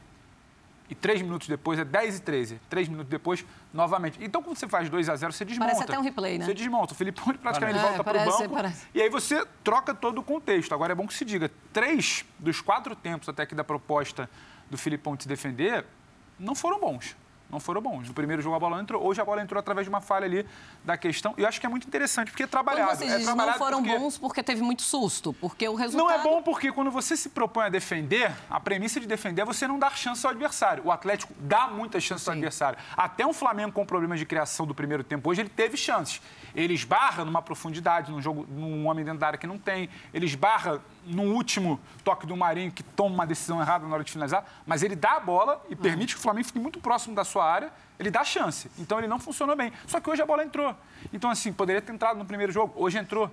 E 3 minutos depois, é 10-13. 3 minutos depois, novamente. Então, quando você faz 2-0, você desmonta. Parece até um replay, né? Você desmonta. O Felipão praticamente volta para o banco. E aí você troca todo o contexto. Agora, é bom que se diga, 3 dos 4 tempos até aqui da proposta do Felipão de se defender não foram bons. Não foram bons. No primeiro jogo a bola entrou, hoje a bola entrou através de uma falha ali da questão. E eu acho que é muito interessante, porque é trabalhado. Quando você diz não foram bons porque teve muito susto, porque o resultado... Não é bom porque quando você se propõe a defender, a premissa de defender é você não dar chance ao adversário. O Atlético dá muitas chances ao adversário. Até um Flamengo com problemas de criação do primeiro tempo hoje, ele teve chances. Ele esbarra numa profundidade, num homem dentro da área que não tem. Ele esbarra no último toque do Marinho, que toma uma decisão errada na hora de finalizar, mas ele dá a bola e permite que o Flamengo fique muito próximo da sua área, ele dá chance. Então, ele não funcionou bem. Só que hoje a bola entrou. Então, assim, poderia ter entrado no primeiro jogo. Hoje entrou.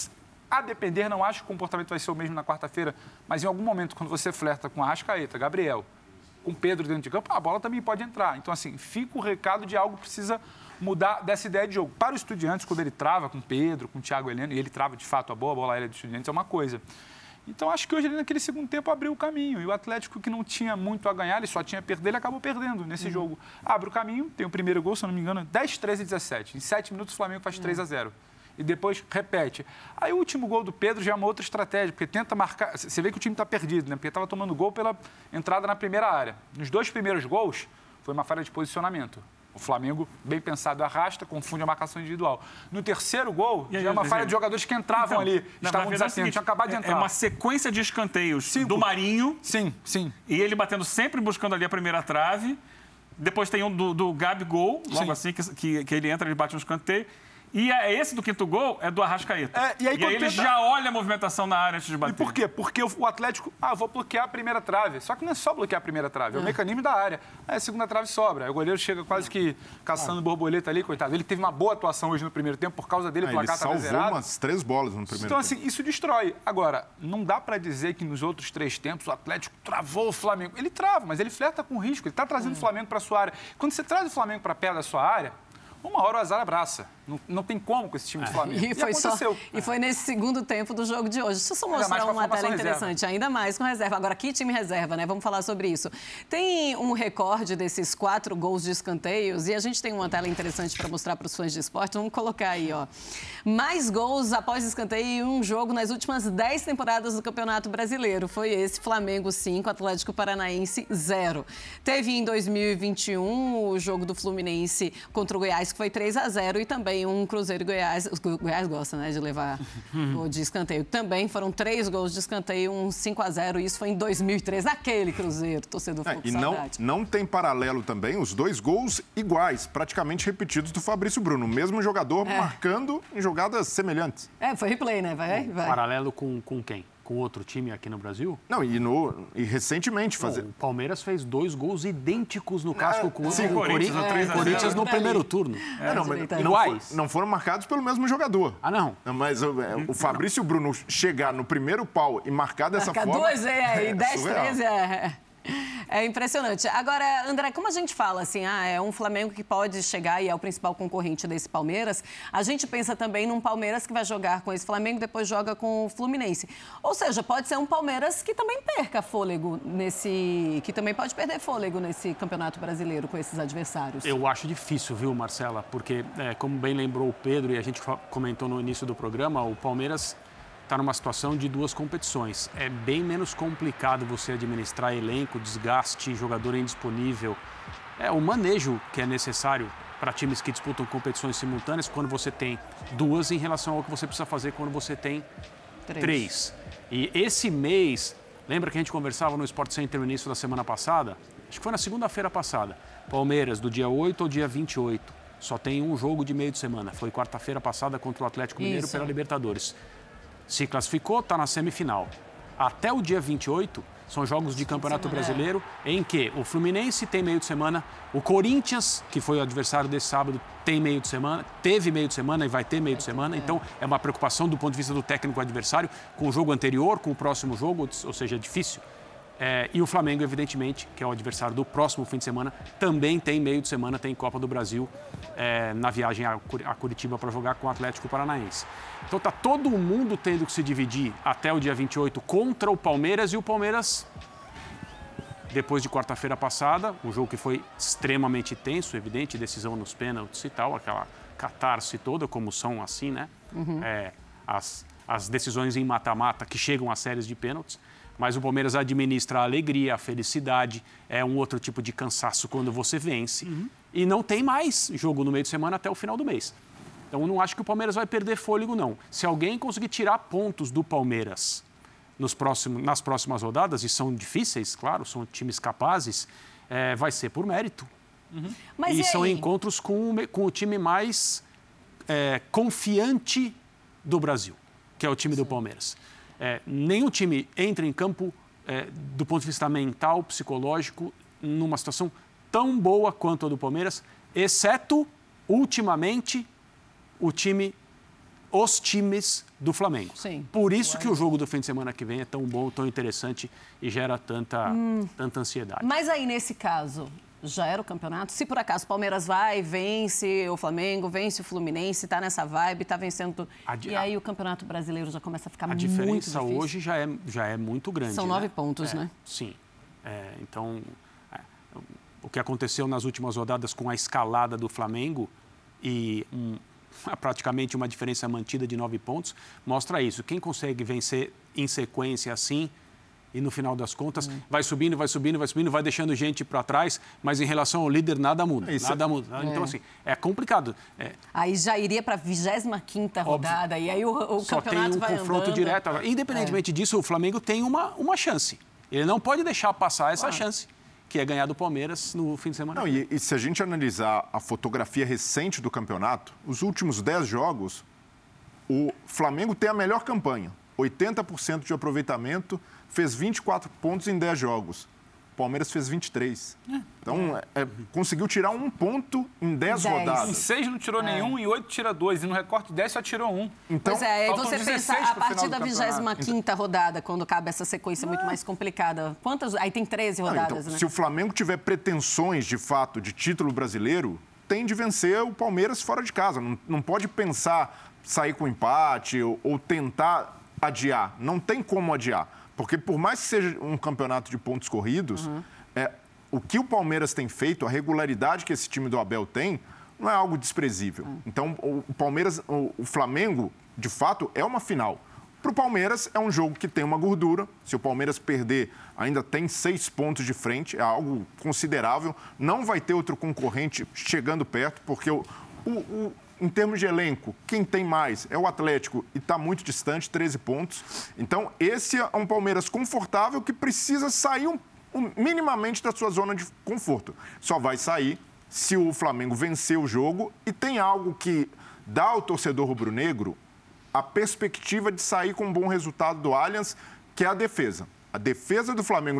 A depender, não acho que o comportamento vai ser o mesmo na quarta-feira, mas em algum momento, quando você flerta com Arrascaeta, Gabriel, com Pedro dentro de campo, a bola também pode entrar. Então, assim, fica o recado de algo que precisa mudar dessa ideia de jogo. Para o Estudiantes, quando ele trava com Pedro, com Thiago Heleno, e ele trava de fato a bola aérea do Estudiantes, é uma coisa. Então, acho que hoje ele, naquele segundo tempo, abriu o caminho. E o Atlético, que não tinha muito a ganhar, ele só tinha a perder, ele acabou perdendo nesse jogo. Abre o caminho, tem o primeiro gol, se eu não me engano, 10-13-17. Em 7 minutos, o Flamengo faz 3-0. E depois repete. Aí o último gol do Pedro já é uma outra estratégia, porque tenta marcar... Você vê que o time está perdido, né? Porque estava tomando gol pela entrada na primeira área. Nos 2 primeiros gols, foi uma falha de posicionamento. O Flamengo, bem pensado, arrasta, confunde a marcação individual. No terceiro gol, já é uma falha de jogadores que entravam ali, estavam desatentos, tinham acabado de entrar. É uma sequência de escanteios do Marinho. Sim. E ele batendo sempre, buscando ali a primeira trave. Depois tem um do Gabigol, logo assim que ele entra, ele bate no escanteio. E esse do quinto gol é do Arrascaeta. E aí ele já olha a movimentação na área antes de bater. E por quê? Porque o Atlético, vou bloquear a primeira trave. Só que não é só bloquear a primeira trave, é o mecanismo da área. Aí a segunda trave sobra. Aí o goleiro chega quase que caçando borboleta ali, coitado. Ele teve uma boa atuação hoje no primeiro tempo, por causa dele o placar estava zerado. Ele salvou umas 3 bolas no primeiro tempo. Então, assim, isso destrói. Agora, não dá para dizer que nos outros 3 tempos o Atlético travou o Flamengo. Ele trava, mas ele flerta com risco. Ele está trazendo o Flamengo para a sua área. Quando você traz o Flamengo para perto da sua área, uma hora o azar abraça. Não tem como com esse time do Flamengo. E foi nesse segundo tempo do jogo de hoje. Deixa eu só mostrar uma tela interessante, ainda mais com reserva. Agora, que time reserva, né? Vamos falar sobre isso. Tem um recorde desses 4 gols de escanteios e a gente tem uma tela interessante para mostrar para os fãs de esporte. Vamos colocar aí, ó. Mais gols após escanteio em um jogo nas últimas 10 temporadas do Campeonato Brasileiro. Foi esse, Flamengo 5, Atlético Paranaense 0. Teve em 2021 o jogo do Fluminense contra o Goiás, que foi 3-0, e também um Cruzeiro e Goiás. O Goiás gosta, né, de levar o de escanteio. Também foram 3 gols de escanteio, um 5-0. Isso foi em 2003, naquele Cruzeiro. Torcedor ficou com saudade. Não tem paralelo também os 2 gols iguais, praticamente repetidos do Fabrício Bruno. O mesmo jogador marcando em jogadas semelhantes. Foi replay, né? Vai. Paralelo com quem? Com outro time aqui no Brasil? Não, e recentemente fazer. O Palmeiras fez 2 gols idênticos no clássico com o Corinthians no primeiro turno. Não foram marcados pelo mesmo jogador. Não. Mas o Fabrício Bruno chegar no primeiro pau e marcar dessa forma... 2 e 10, 13 é impressionante. Agora, André, como a gente fala assim, é um Flamengo que pode chegar e é o principal concorrente desse Palmeiras, a gente pensa também num Palmeiras que vai jogar com esse Flamengo e depois joga com o Fluminense. Ou seja, pode ser um Palmeiras que também perca fôlego que também pode perder fôlego nesse Campeonato Brasileiro com esses adversários. Eu acho difícil, viu, Marcela? Porque, como bem lembrou o Pedro e a gente comentou no início do programa, o Palmeiras está numa situação de 2 competições. É bem menos complicado você administrar elenco, desgaste, jogador indisponível. O manejo que é necessário para times que disputam competições simultâneas quando você tem 2 em relação ao que você precisa fazer quando você tem 3. E esse mês, lembra que a gente conversava no Sport Center no início da semana passada? Acho que foi na segunda-feira passada. Palmeiras, do dia 8 ao dia 28. Só tem um jogo de meio de semana. Foi quarta-feira passada contra o Atlético Mineiro pela Libertadores. Se classificou, está na semifinal. Até o dia 28, são jogos de Campeonato Brasileiro, em que o Fluminense tem meio de semana, o Corinthians, que foi o adversário desse sábado, tem meio de semana, teve meio de semana e vai ter meio de semana. Então, é uma preocupação do ponto de vista do técnico adversário, com o jogo anterior, com o próximo jogo, ou seja, é difícil. E o Flamengo, evidentemente, que é o adversário do próximo fim de semana, também tem meio de semana, tem Copa do Brasil na viagem a Curitiba para jogar com o Atlético Paranaense. Então tá todo mundo tendo que se dividir até o dia 28 contra o Palmeiras, e o Palmeiras, depois de quarta-feira passada, um jogo que foi extremamente tenso, evidente, decisão nos pênaltis e tal, aquela catarse toda, como são assim, né? As decisões em mata-mata que chegam a séries de pênaltis. Mas o Palmeiras administra a alegria, a felicidade, é um outro tipo de cansaço quando você vence. E não tem mais jogo no meio de semana até o final do mês. Então, eu não acho que o Palmeiras vai perder fôlego, não. Se alguém conseguir tirar pontos do Palmeiras nas próximas rodadas, e são difíceis, claro, são times capazes, vai ser por mérito. Mas e são encontros com o time mais confiante do Brasil, que é o time do Palmeiras. Nenhum time entra em campo, do ponto de vista mental, psicológico, numa situação tão boa quanto a do Palmeiras, exceto, ultimamente, os times do Flamengo. Sim. Por isso que o jogo do fim de semana que vem é tão bom, tão interessante e gera tanta ansiedade. Mas aí, nesse caso, já era o campeonato? Se por acaso o Palmeiras vai, vence o Flamengo, vence o Fluminense, está nessa vibe, está vencendo... E aí o Campeonato Brasileiro já começa a ficar muito difícil. A diferença hoje já é muito grande. São 9 pontos, né? Sim. Então, o que aconteceu nas últimas rodadas com a escalada do Flamengo e praticamente uma diferença mantida de 9 pontos, mostra isso. Quem consegue vencer em sequência assim... E no final das contas, vai subindo, vai deixando gente para trás, mas em relação ao líder, nada muda. Nada muda. Então, assim, é complicado. Aí já iria para a 25ª rodada, e aí o só campeonato vai andando. Só tem um confronto direto. Independentemente disso, o Flamengo tem uma chance. Ele não pode deixar passar essa chance, que é ganhar do Palmeiras no fim de semana. Não, e se a gente analisar a fotografia recente do campeonato, os últimos 10 jogos, o Flamengo tem a melhor campanha. 80% de aproveitamento, fez 24 pontos em 10 jogos. O Palmeiras fez 23. Então, conseguiu tirar 1 ponto em 10 rodadas. Em 6 não tirou nenhum, em 8 tira 2. E no recorte de 10 só tirou 1. Então, pois aí você pensa, a partir da 25ª rodada, quando cabe essa sequência muito mais complicada. Aí tem 13 rodadas, né? Se o Flamengo tiver pretensões, de fato, de título brasileiro, tem de vencer o Palmeiras fora de casa. Não pode pensar sair com empate ou tentar adiar. Não tem como adiar. Porque por mais que seja um campeonato de pontos corridos, o que o Palmeiras tem feito, a regularidade que esse time do Abel tem, não é algo desprezível. Então, o Flamengo, de fato, é uma final. Para o Palmeiras, é um jogo que tem uma gordura. Se o Palmeiras perder, ainda tem 6 pontos de frente, é algo considerável. Não vai ter outro concorrente chegando perto, porque em termos de elenco, quem tem mais é o Atlético e está muito distante, 13 pontos. Então, esse é um Palmeiras confortável que precisa sair minimamente da sua zona de conforto. Só vai sair se o Flamengo vencer o jogo, e tem algo que dá ao torcedor rubro-negro a perspectiva de sair com um bom resultado do Allianz, que é a defesa. A defesa do Flamengo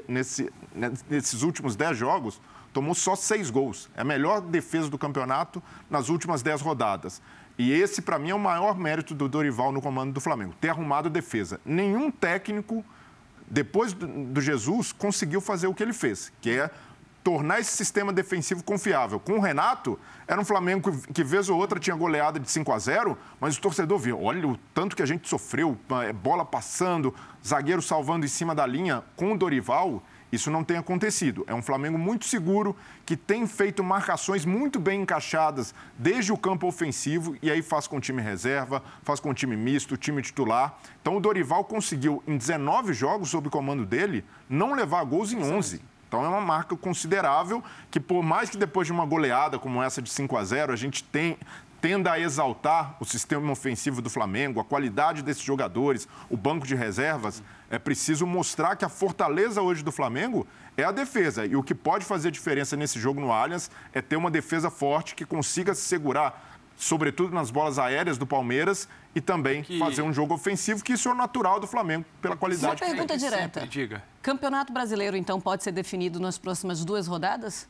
nesses últimos 10 jogos tomou só 6 gols. É a melhor defesa do campeonato nas últimas 10 rodadas. E esse, para mim, é o maior mérito do Dorival no comando do Flamengo, ter arrumado a defesa. Nenhum técnico, depois do Jesus, conseguiu fazer o que ele fez, que é tornar esse sistema defensivo confiável. Com o Renato, era um Flamengo que vez ou outra tinha goleada de 5-0, mas o torcedor via, olha o tanto que a gente sofreu, bola passando, zagueiro salvando em cima da linha. Com o Dorival, isso não tem acontecido. É um Flamengo muito seguro, que tem feito marcações muito bem encaixadas desde o campo ofensivo, e aí faz com o time reserva, faz com o time misto, o time titular. Então o Dorival conseguiu, em 19 jogos sob o comando dele, não levar gols em 11. Então é uma marca considerável que, por mais que depois de uma goleada como essa de 5-0, a gente tenda a exaltar o sistema ofensivo do Flamengo, a qualidade desses jogadores, o banco de reservas, é preciso mostrar que a fortaleza hoje do Flamengo é a defesa. E o que pode fazer diferença nesse jogo no Allianz é ter uma defesa forte que consiga se segurar, sobretudo nas bolas aéreas do Palmeiras, e também fazer um jogo ofensivo, que isso é o natural do Flamengo, pela qualidade que tem. Uma pergunta direta. Diga. Campeonato Brasileiro, então, pode ser definido nas próximas 2 rodadas?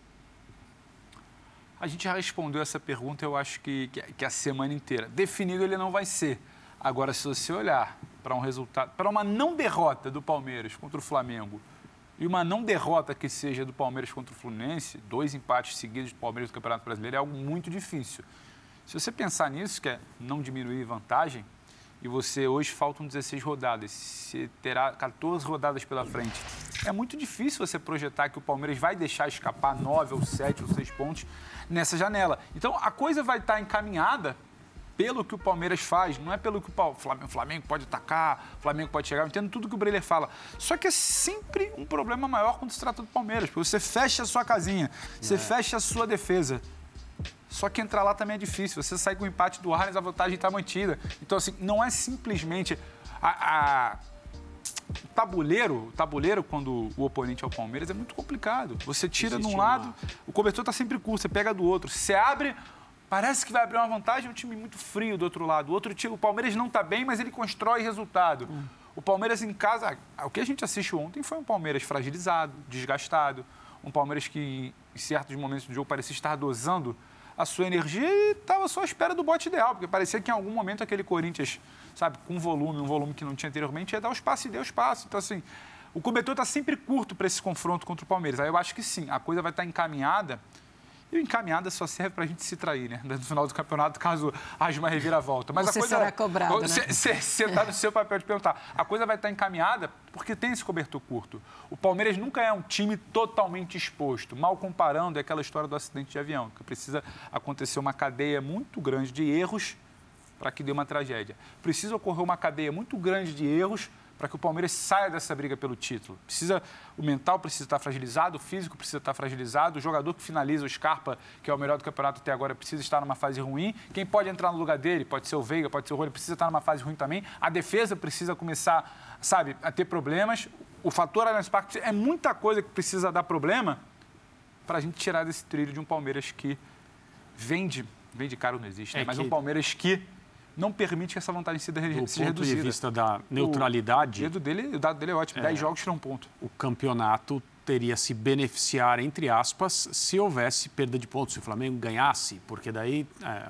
A gente já respondeu essa pergunta, eu acho que a semana inteira. Definido ele não vai ser. Agora, se você olhar para um resultado, para uma não derrota do Palmeiras contra o Flamengo e uma não derrota que seja do Palmeiras contra o Fluminense, 2 empates seguidos do Palmeiras no Campeonato Brasileiro, é algo muito difícil. Se você pensar nisso, que é não diminuir vantagem, e você hoje faltam 16 rodadas, você terá 14 rodadas pela frente. É muito difícil você projetar que o Palmeiras vai deixar escapar 9 ou 7 ou 6 pontos nessa janela. Então, a coisa vai estar encaminhada pelo que o Palmeiras faz, não é pelo que o Flamengo pode atacar, o Flamengo pode chegar, eu entendo tudo que o Breler fala. Só que é sempre um problema maior quando se trata do Palmeiras, porque você fecha a sua casinha, você fecha a sua defesa. Só que entrar lá também é difícil, você sai com o empate do Arnes, a vantagem está mantida. Então, assim, não é simplesmente o tabuleiro, quando o oponente é o Palmeiras, é muito complicado. Você tira de um lado, o cobertor está sempre curto, você pega do outro, você abre... Parece que vai abrir uma vantagem, um time muito frio do outro lado. O Palmeiras não está bem, mas ele constrói resultado. O Palmeiras em casa... O que a gente assistiu ontem foi um Palmeiras fragilizado, desgastado. Um Palmeiras que, em certos momentos do jogo, parecia estar dosando a sua energia e estava só à espera do bote ideal. Porque parecia que em algum momento aquele Corinthians, sabe, com um volume que não tinha anteriormente, ia dar o espaço e deu espaço. Então, assim, o cobertor está sempre curto para esse confronto contra o Palmeiras. Aí eu acho que sim, a coisa vai estar encaminhada. E encaminhada só serve para a gente se trair, né? No final do campeonato, caso haja uma reviravolta. Mas você a coisa será cobrado, né? Você está no seu papel de perguntar. A coisa vai estar encaminhada porque tem esse cobertor curto. O Palmeiras nunca é um time totalmente exposto. Mal comparando, é aquela história do acidente de avião, que precisa acontecer uma cadeia muito grande de erros para que dê uma tragédia. Precisa ocorrer uma cadeia muito grande de erros para que o Palmeiras saia dessa briga pelo título. O mental precisa estar fragilizado, o físico precisa estar fragilizado, o jogador que finaliza, o Scarpa, que é o melhor do campeonato até agora, precisa estar numa fase ruim. Quem pode entrar no lugar dele, pode ser o Veiga, pode ser o Rony, precisa estar numa fase ruim também. A defesa precisa começar, sabe, a ter problemas. O fator Allianz Parque é muita coisa que precisa dar problema para a gente tirar desse trilho de um Palmeiras que vende caro não existe, né? Mas um Palmeiras que não permite que essa vantagem seja reduzida. Do ponto de vista da neutralidade... O dado dele é ótimo, 10 jogos tiram um ponto. O campeonato teria se beneficiar, entre aspas, se houvesse perda de pontos, se o Flamengo ganhasse, porque daí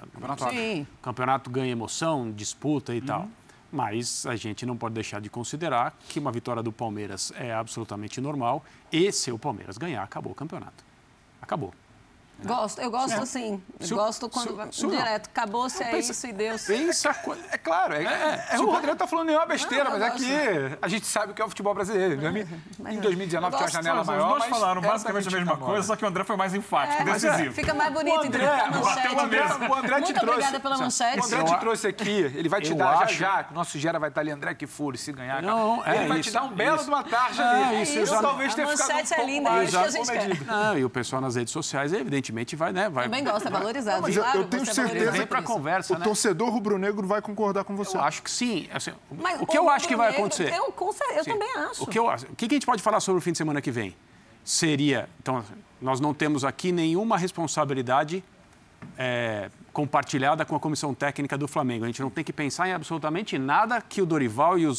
o campeonato ganha emoção, disputa e tal. Mas a gente não pode deixar de considerar que uma vitória do Palmeiras é absolutamente normal e se o Palmeiras ganhar, acabou o campeonato. Acabou. Eu gosto sim. Gosto quando direto. Acabou-se, é isso e Deus. É claro, o Rodrigo está falando nenhuma besteira, mas é que a gente sabe o que é o futebol brasileiro. Em 2019 tinha uma janela maior. Os dois falaram basicamente a mesma coisa, só que o André foi mais enfático, decisivo. Fica mais bonito, entendeu? O André te trouxe. Muito obrigada pela manchete. O André te trouxe aqui, ele vai te dar já. O nosso Gera vai estar ali, André que fure, se ganhar. Ele vai te dar um belo de uma tarja ali. Isso, talvez tenha ficado um pouco é linda, é isso que a gente quer. E o pessoal nas redes sociais, evidentemente, vai, né? Também gosta, é valorizado. Mas eu tenho certeza que pra conversa, o torcedor rubro-negro vai concordar com você. Eu acho que sim. Assim, o que eu acho que vai acontecer? Eu também acho. O que a gente pode falar sobre o fim de semana que vem? Seria... Então, nós não temos aqui nenhuma responsabilidade compartilhada com a comissão técnica do Flamengo. A gente não tem que pensar em absolutamente nada que o Dorival e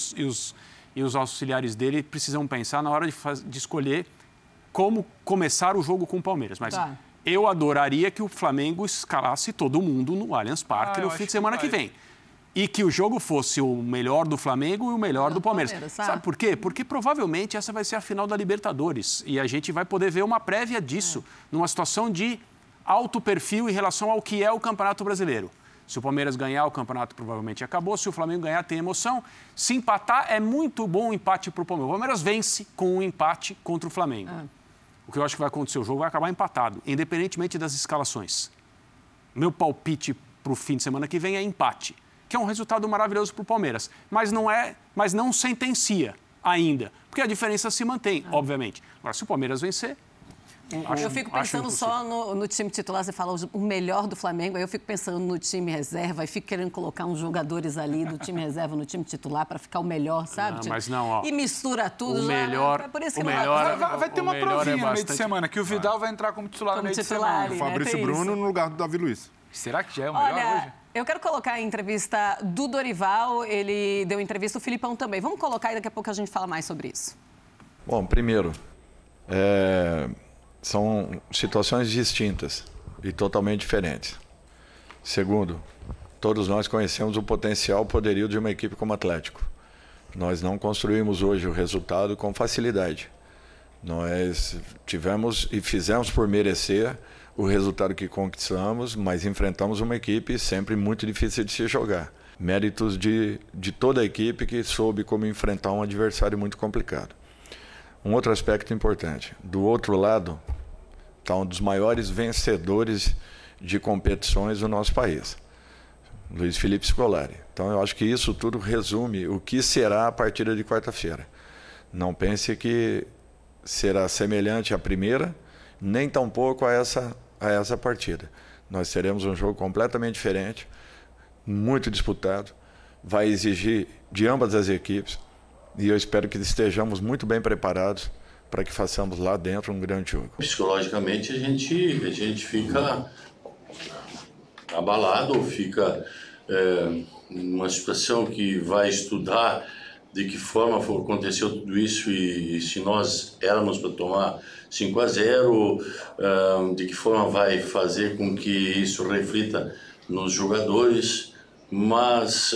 os auxiliares dele precisam pensar na hora de escolher como começar o jogo com o Palmeiras. Mas eu adoraria que o Flamengo escalasse todo mundo no Allianz Parque no fim de semana que vem. E que o jogo fosse o melhor do Flamengo e o melhor do Palmeiras. Sabe por quê? Porque provavelmente essa vai ser a final da Libertadores. E a gente vai poder ver uma prévia disso, numa situação de alto perfil em relação ao que é o Campeonato Brasileiro. Se o Palmeiras ganhar, o campeonato provavelmente acabou. Se o Flamengo ganhar, tem emoção. Se empatar, é muito bom o empate para o Palmeiras. O Palmeiras vence com um empate contra o Flamengo. O que eu acho que vai acontecer, o jogo vai acabar empatado, independentemente das escalações. Meu palpite para o fim de semana que vem é empate, que é um resultado maravilhoso para o Palmeiras, mas não sentencia ainda, porque a diferença se mantém, obviamente. Agora, se o Palmeiras vencer... Eu fico pensando só no time titular, você fala o melhor do Flamengo, aí eu fico pensando no time reserva e fico querendo colocar uns jogadores ali do time reserva no time titular para ficar o melhor, sabe? Mas não, ó. E mistura tudo. O melhor, é por isso que vai ter uma provinha no meio de semana, que o Vidal vai entrar como titular no meio de semana. O Fabrício Bruno no lugar do Davi Luiz. Será que já é o melhor hoje? Eu quero colocar a entrevista do Dorival, ele deu entrevista, o Filipão também. Vamos colocar e daqui a pouco a gente fala mais sobre isso. Bom, primeiro, são situações distintas e totalmente diferentes. Segundo, todos nós conhecemos o potencial, o poderio de uma equipe como o Atlético. Nós não construímos hoje o resultado com facilidade. Nós tivemos e fizemos por merecer o resultado que conquistamos, mas enfrentamos uma equipe sempre muito difícil de se jogar. Méritos de toda a equipe que soube como enfrentar um adversário muito complicado. Um outro aspecto importante, do outro lado está um dos maiores vencedores de competições do nosso país, Luiz Felipe Scolari. Então eu acho que isso tudo resume o que será a partida de quarta-feira. Não pense que será semelhante à primeira, nem tampouco a essa partida. Nós teremos um jogo completamente diferente, muito disputado, vai exigir de ambas as equipes e eu espero que estejamos muito bem preparados para que façamos lá dentro um grande jogo. Psicologicamente a gente fica abalado, fica numa situação que vai estudar de que forma aconteceu tudo isso e se nós éramos para tomar 5-0, de que forma vai fazer com que isso reflita nos jogadores, mas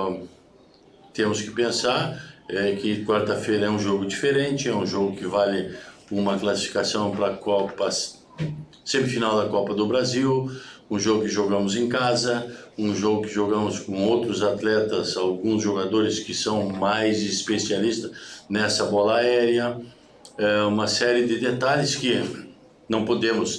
temos que pensar que quarta-feira é um jogo diferente, é um jogo que vale uma classificação para a Copa, semifinal da Copa do Brasil, um jogo que jogamos em casa, um jogo que jogamos com outros atletas, alguns jogadores que são mais especialistas nessa bola aérea, uma série de detalhes que não podemos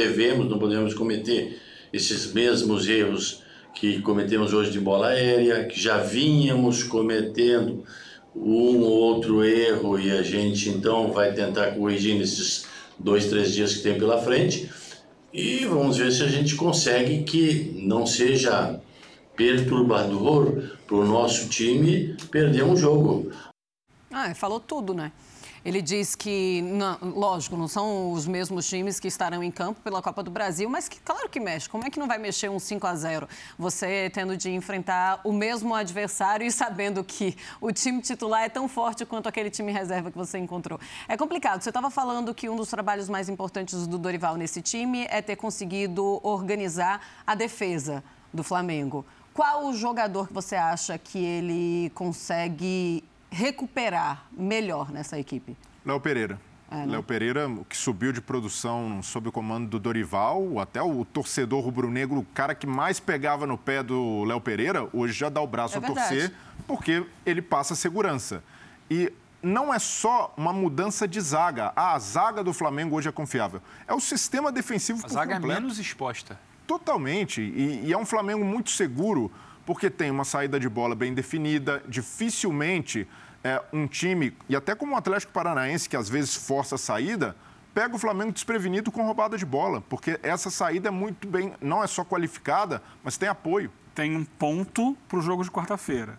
cometer esses mesmos erros que cometemos hoje de bola aérea, que já vínhamos cometendo um ou outro erro e a gente então vai tentar corrigir nesses 2-3 dias que tem pela frente e vamos ver se a gente consegue que não seja perturbador para o nosso time perder um jogo. Falou tudo, né? Ele diz que, não, lógico, não são os mesmos times que estarão em campo pela Copa do Brasil, mas que, claro que mexe. Como é que não vai mexer um 5-0? Você tendo de enfrentar o mesmo adversário e sabendo que o time titular é tão forte quanto aquele time reserva que você encontrou. É complicado. Você estava falando que um dos trabalhos mais importantes do Dorival nesse time é ter conseguido organizar a defesa do Flamengo. Qual o jogador que você acha que ele consegue recuperar melhor nessa equipe? Léo Pereira. Léo Pereira, que subiu de produção sob o comando do Dorival, até o torcedor rubro-negro, o cara que mais pegava no pé do Léo Pereira, hoje já dá o braço a torcer, porque ele passa segurança. E não é só uma mudança de zaga. A zaga do Flamengo hoje é confiável. É o sistema defensivo por completo. A zaga é menos exposta. Totalmente. E é um Flamengo muito seguro, porque tem uma saída de bola bem definida, dificilmente um time, e até como o Atlético Paranaense, que às vezes força a saída, pega o Flamengo desprevenido com roubada de bola, porque essa saída é muito bem, não é só qualificada, mas tem apoio. Tem um ponto para o jogo de quarta-feira.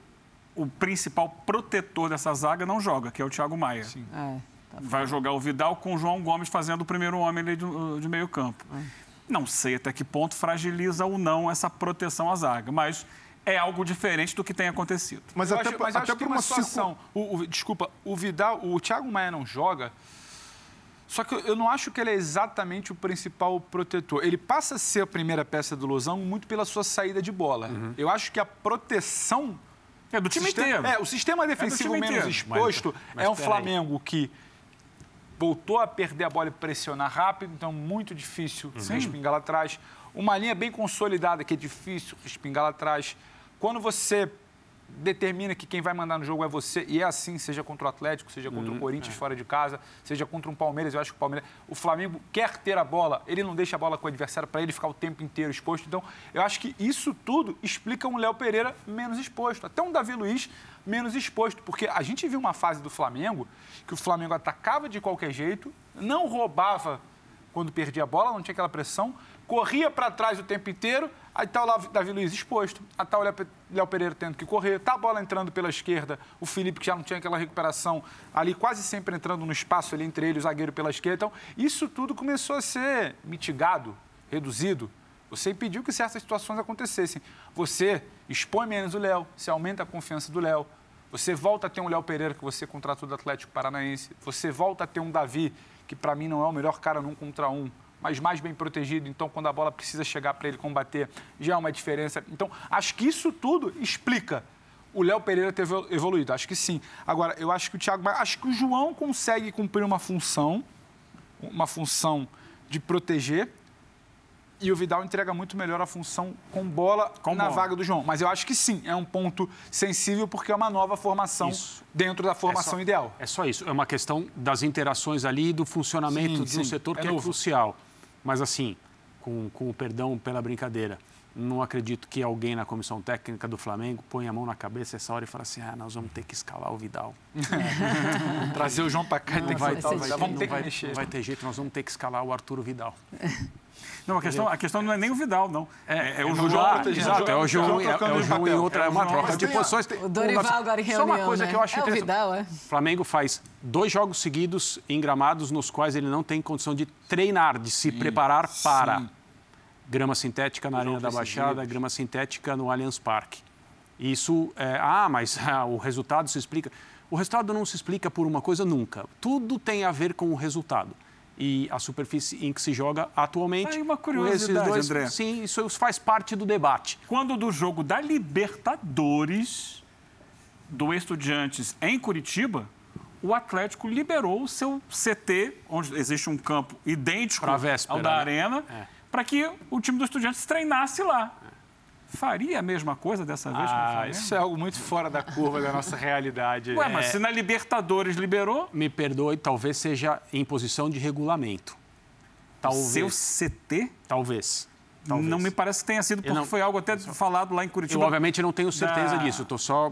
O principal protetor dessa zaga não joga, que é o Thiago Maia. Sim. Vai jogar o Vidal com o João Gomes fazendo o primeiro homem ali de meio campo. Não sei até que ponto fragiliza ou não essa proteção à zaga, mas é algo diferente do que tem acontecido. Mas até por uma situação. Desculpa, o Vidal, o Thiago Maia não joga, só que eu não acho que ele é exatamente o principal protetor. Ele passa a ser a primeira peça do Losango muito pela sua saída de bola. Eu acho que a proteção é do time inteiro. O sistema defensivo menos exposto mas é um Flamengo que voltou a perder a bola e pressionar rápido, então muito difícil respingar lá atrás. Uma linha bem consolidada, que é difícil respingar lá atrás. Quando você determina que quem vai mandar no jogo é você, e é assim, seja contra o Atlético, seja contra o Corinthians fora de casa, seja contra um Palmeiras, eu acho que o Flamengo quer ter a bola, ele não deixa a bola com o adversário para ele ficar o tempo inteiro exposto. Então, eu acho que isso tudo explica um Léo Pereira menos exposto, até um Davi Luiz menos exposto, porque a gente viu uma fase do Flamengo que o Flamengo atacava de qualquer jeito, não roubava quando perdia a bola, não tinha aquela pressão, corria para trás o tempo inteiro, aí está o Davi Luiz exposto, aí está o Léo Pereira tendo que correr, está a bola entrando pela esquerda, o Felipe que já não tinha aquela recuperação ali, quase sempre entrando no espaço ali entre ele e o zagueiro pela esquerda. Então, isso tudo começou a ser mitigado, reduzido. Você impediu que certas situações acontecessem. Você expõe menos o Léo, você aumenta a confiança do Léo, você volta a ter um Léo Pereira que você contratou do Atlético Paranaense, você volta a ter um Davi, que para mim não é o melhor cara num contra um, mas mais bem protegido, então quando a bola precisa chegar para ele combater, já é uma diferença. Então, acho que isso tudo explica o Léo Pereira ter evoluído. Acho que sim. Agora, eu acho que o Thiago... Acho que o João consegue cumprir uma função de proteger, e o Vidal entrega muito melhor a função com bola vaga do João. Mas eu acho que sim, é um ponto sensível porque é uma nova formação dentro da formação ideal. É só isso. É uma questão das interações ali e do funcionamento de um setor que é crucial. Mas assim, com o perdão pela brincadeira, não acredito que alguém na comissão técnica do Flamengo ponha a mão na cabeça essa hora e fale assim, nós vamos ter que escalar o Vidal. Trazer o João para cá e ter que soltar o Vidal. Vamos ter que mexer. Não vai ter jeito, nós vamos ter que escalar o Arturo Vidal. Não, a questão não é nem o Vidal, não. É o João. Exato, é o João em outra, é uma troca de posições. O Dorival agora em reunião, só uma coisa que eu acho interessante. O Vidal, O Flamengo faz 2 jogos seguidos em gramados nos quais ele não tem condição de treinar, de se preparar para grama sintética na Arena da Baixada, grama sintética no Allianz Parque. Isso mas o resultado se explica. O resultado não se explica por uma coisa nunca. Tudo tem a ver com o resultado. E a superfície em que se joga atualmente... Aí uma curiosidade, André. Sim, isso faz parte do debate. Quando do jogo da Libertadores, do Estudiantes em Curitiba, o Atlético liberou o seu CT, onde existe um campo idêntico ao da Arena, para que o time do Estudiantes treinasse lá. Faria a mesma coisa dessa vez com o Flamengo? Isso é algo muito fora da curva da nossa realidade. Mas se na Libertadores liberou... Me perdoe, talvez seja em posição de regulamento. Seu CT? Talvez. Não me parece que tenha sido, porque foi algo até falado lá em Curitiba. Eu, obviamente, não tenho certeza disso. Eu estou só...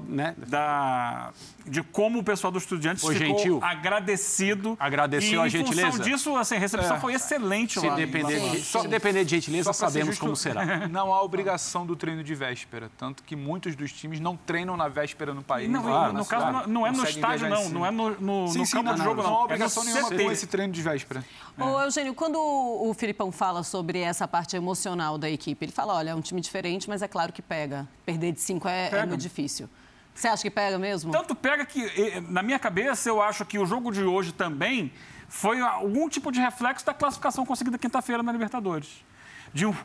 De como o pessoal do Estudiantes ficou gentil. Agradeceu a gentileza. Em função disso, assim, a recepção foi excelente lá. Se depender de gentileza, sabemos como será. Não há obrigação do treino de véspera. Tanto que muitos dos times não treinam na véspera no país. No caso, não é no estádio, não. Não é no campo de jogo, não. Não há obrigação nenhuma com esse treino de véspera. Ô, Eugênio, quando o Filipão fala sobre essa parte emocional da equipe, ele fala, olha, é um time diferente, mas é claro que pega. Perder de 5 é muito difícil. Você acha que pega mesmo? Tanto pega que, na minha cabeça, eu acho que o jogo de hoje também foi algum tipo de reflexo da classificação conseguida quinta-feira na Libertadores. De um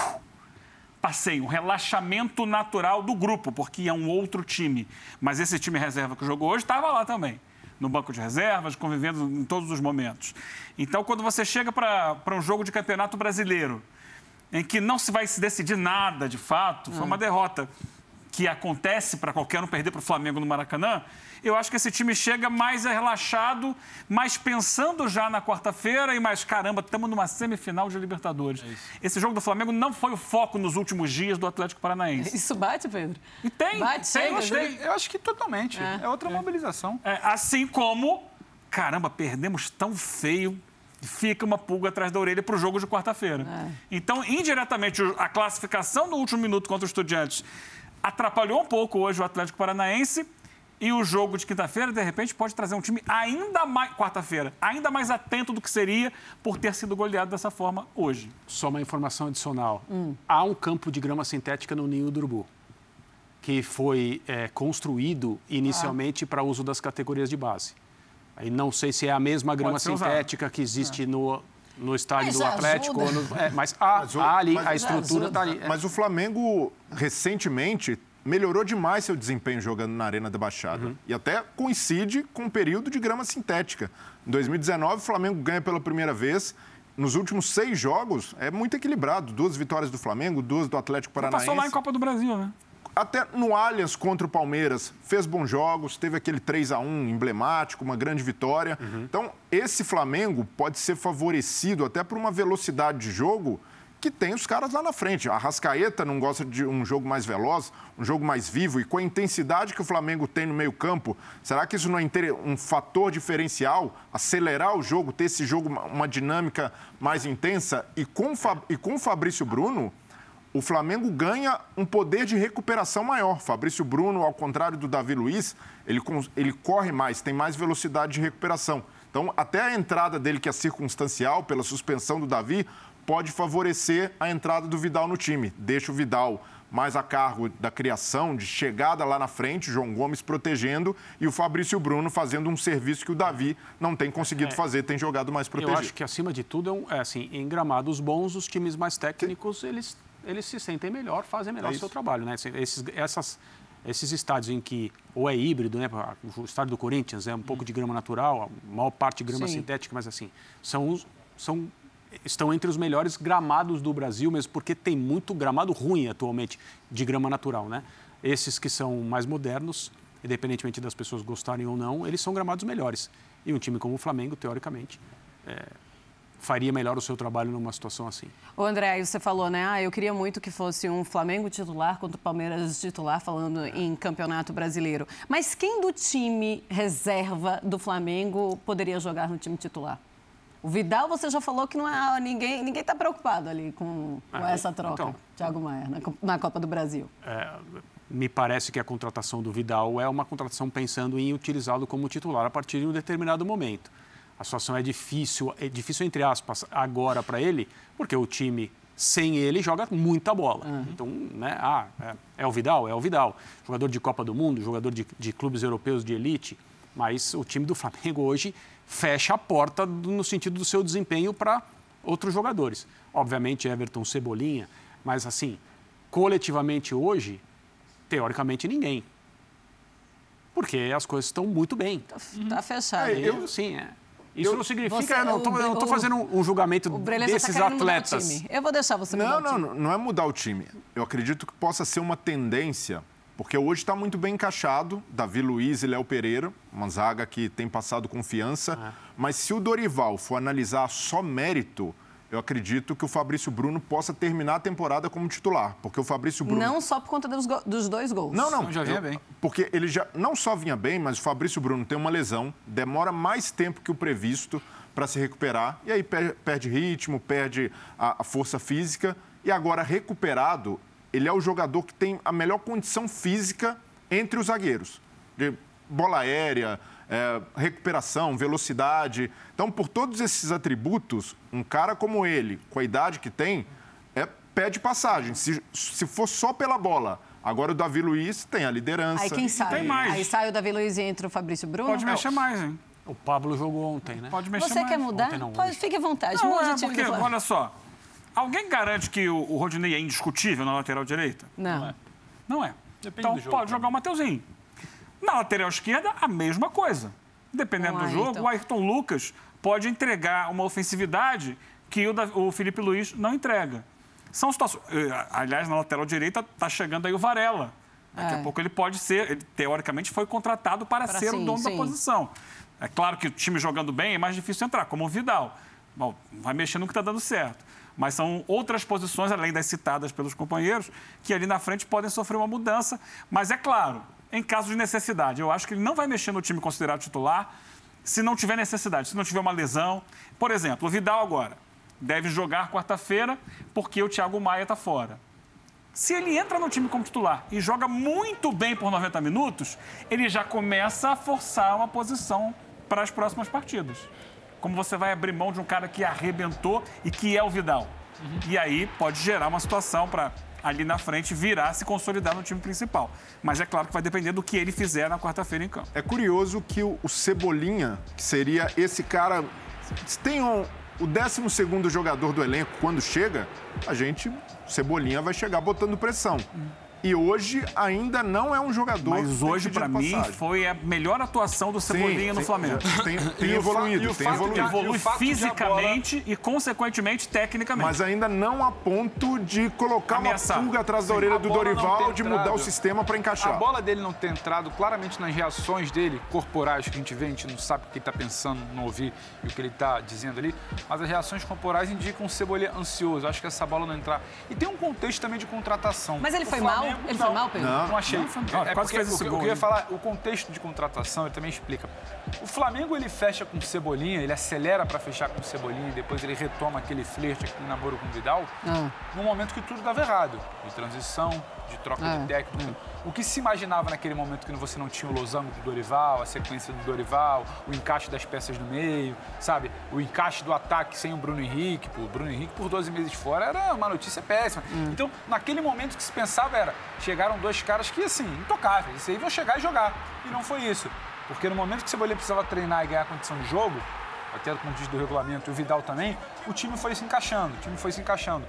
passeio, um relaxamento natural do grupo, porque é um outro time. Mas esse time reserva que jogou hoje estava lá também, no banco de reservas, convivendo em todos os momentos. Então, quando você chega para um jogo de campeonato brasileiro, em que não se vai se decidir nada, de fato, foi uma derrota que acontece para qualquer um perder para o Flamengo no Maracanã, eu acho que esse time chega mais relaxado, mais pensando já na quarta-feira e mais, caramba, estamos numa semifinal de Libertadores. Esse jogo do Flamengo não foi o foco nos últimos dias do Atlético Paranaense. Isso bate, Pedro? E tem. Eu acho que totalmente. É outra mobilização. Assim como, caramba, perdemos tão feio, fica uma pulga atrás da orelha para o jogo de quarta-feira. Então, indiretamente, a classificação no último minuto contra os Estudiantes atrapalhou um pouco hoje o Atlético Paranaense, e o jogo de quinta-feira, de repente, pode trazer um time ainda mais, quarta-feira, ainda mais atento do que seria por ter sido goleado dessa forma hoje. Só uma informação adicional. Há um campo de grama sintética no Ninho do Urubu, que foi construído inicialmente para uso das categorias de base. Aí não sei se é a mesma grama sintética que existe no estádio do Atlético. Mas ali, a estrutura está ali. Mas o Flamengo, recentemente, melhorou demais seu desempenho jogando na Arena da Baixada. E até coincide com o período de grama sintética. Em 2019, o Flamengo ganha pela primeira vez. Nos últimos 6 jogos, é muito equilibrado. 2 vitórias do Flamengo, 2 do Atlético Paranaense. Passou lá em Copa do Brasil, né? Até no Allianz contra o Palmeiras, fez bons jogos, teve aquele 3-1 emblemático, uma grande vitória. Então, esse Flamengo pode ser favorecido até por uma velocidade de jogo que tem os caras lá na frente. A Arrascaeta não gosta de um jogo mais veloz, um jogo mais vivo, e com a intensidade que o Flamengo tem no meio-campo, será que isso não é um fator diferencial? Acelerar o jogo, ter esse jogo, uma dinâmica mais intensa? E com o Fabrício Bruno, o Flamengo ganha um poder de recuperação maior. Fabrício Bruno, ao contrário do Davi Luiz, ele corre mais, tem mais velocidade de recuperação. Então, até a entrada dele, que é circunstancial, pela suspensão do Davi, pode favorecer a entrada do Vidal no time. Deixa o Vidal mais a cargo da criação, de chegada lá na frente, João Gomes protegendo e o Fabrício Bruno fazendo um serviço que o Davi não tem conseguido fazer, tem jogado mais protegido. Eu acho que, acima de tudo, assim, em gramados bons, os times mais técnicos, eles se sentem melhor, fazem melhor o seu trabalho, né? Esses estádios em que ou é híbrido, né? O estádio do Corinthians é um pouco de grama natural, a maior parte de grama sintética, mas assim, estão entre os melhores gramados do Brasil, mesmo porque tem muito gramado ruim atualmente de grama natural, né? Esses que são mais modernos, independentemente das pessoas gostarem ou não, eles são gramados melhores. E um time como o Flamengo, teoricamente, faria melhor o seu trabalho numa situação assim. Ô André, aí você falou, né? Eu queria muito que fosse um Flamengo titular contra o Palmeiras titular, falando em Campeonato Brasileiro. Mas quem do time reserva do Flamengo poderia jogar no time titular? O Vidal, você já falou que não é ninguém está preocupado ali com essa troca, então, Thiago Maia, na Copa do Brasil. Me parece que a contratação do Vidal é uma contratação pensando em utilizá-lo como titular a partir de um determinado momento. A situação é difícil entre aspas, agora para ele, porque o time sem ele joga muita bola. Então, né, é o Vidal, é o Vidal. Jogador de Copa do Mundo, jogador de clubes europeus de elite, mas o time do Flamengo hoje fecha a porta no sentido do seu desempenho para outros jogadores. Obviamente, Everton, Cebolinha, mas assim, coletivamente hoje, teoricamente ninguém. Porque as coisas estão muito bem. Tá fechado. Isso não significa... Eu não estou fazendo um julgamento desses atletas. Eu vou deixar você mudar o time. Não é mudar o time. Eu acredito que possa ser uma tendência, porque hoje está muito bem encaixado, Davi Luiz e Léo Pereira, uma zaga que tem passado confiança. Mas se o Dorival for analisar só mérito, eu acredito que o Fabrício Bruno possa terminar a temporada como titular, porque o Fabrício Bruno... Não só por conta dos 2 gols. Não. Já vinha bem. Porque ele já não só vinha bem, mas o Fabrício Bruno tem uma lesão, demora mais tempo que o previsto para se recuperar, e aí perde ritmo, perde a força física, e agora recuperado, ele é o jogador que tem a melhor condição física entre os zagueiros. De bola aérea, recuperação, velocidade. Então, por todos esses atributos, um cara como ele, com a idade que tem, pede passagem. Se for só pela bola. Agora o Davi Luiz tem a liderança. Aí quem sai? Tem mais. Aí sai o Davi Luiz e entra o Fabrício Bruno? Pode mexer mais, hein? O Pablo jogou ontem, né? Pode mexer Você mais. quer mudar? Fique à vontade. Mude o time porque, do Flamengo. olha só, alguém garante que o Rodinei é indiscutível na lateral direita? Não. Não é. Depende Então do jogo, pode jogar o Mateuzinho. Na lateral esquerda, a mesma coisa. Dependendo do jogo, o Ayrton Lucas pode entregar uma ofensividade que o Felipe Luiz não entrega. São situações... Aliás, na lateral direita está chegando aí o Varela. Daqui a pouco ele pode ser... Ele, teoricamente, foi contratado para ser o dono da posição. É claro que o time jogando bem é mais difícil entrar, como o Vidal. Bom, vai mexer no que está dando certo. Mas são outras posições, além das citadas pelos companheiros, que ali na frente podem sofrer uma mudança. Mas é claro, em caso de necessidade, eu acho que ele não vai mexer no time considerado titular se não tiver necessidade, se não tiver uma lesão. Por exemplo, o Vidal agora deve jogar quarta-feira porque o Thiago Maia está fora. Se ele entra no time como titular e joga muito bem por 90 minutos, ele já começa a forçar uma posição para as próximas partidas. Como você vai abrir mão de um cara que arrebentou e que é o Vidal. E aí pode gerar uma situação para ali na frente virar, se consolidar no time principal. Mas é claro que vai depender do que ele fizer na quarta-feira em campo. É curioso que o Cebolinha, que seria esse cara... Se tem o 12º jogador do elenco, quando chega, Cebolinha vai chegar botando pressão. E hoje ainda não é um jogador... Mas hoje, para mim, foi a melhor atuação do Cebolinha no Flamengo. Tem evoluído. Evolui fisicamente e, consequentemente, tecnicamente. Mas ainda não a ponto de colocar uma pulga atrás da orelha do Dorival, de mudar o sistema para encaixar. A bola dele não ter entrado claramente nas reações dele, corporais, que a gente não sabe o que ele está pensando, não ouvir e o que ele está dizendo ali, mas as reações corporais indicam um Cebolinha ansioso. Acho que essa bola não entrar. E tem um contexto também de contratação. Mas ele foi mal? Ele foi mal, Pedro? Não achei. Quase fez esse gol. Eu queria falar, o contexto de contratação, ele também explica. O Flamengo, ele fecha com o Cebolinha, ele acelera para fechar com o Cebolinha e depois ele retoma aquele flerte, aquele namoro com o Vidal, num momento que tudo dava errado. De transição, de troca de técnico. O que se imaginava naquele momento que você não tinha o losango do Dorival, a sequência do Dorival, o encaixe das peças no meio, sabe? O encaixe do ataque sem o Bruno Henrique. O Bruno Henrique, por 12 meses fora, era uma notícia péssima. Então, naquele momento que se pensava era, chegaram 2 caras que, assim, intocáveis. Isso aí vão chegar e jogar. E não foi isso. Porque no momento que o Cebolinha precisava treinar e ganhar condição de jogo, até como diz do regulamento, e o Vidal também, o time foi se encaixando.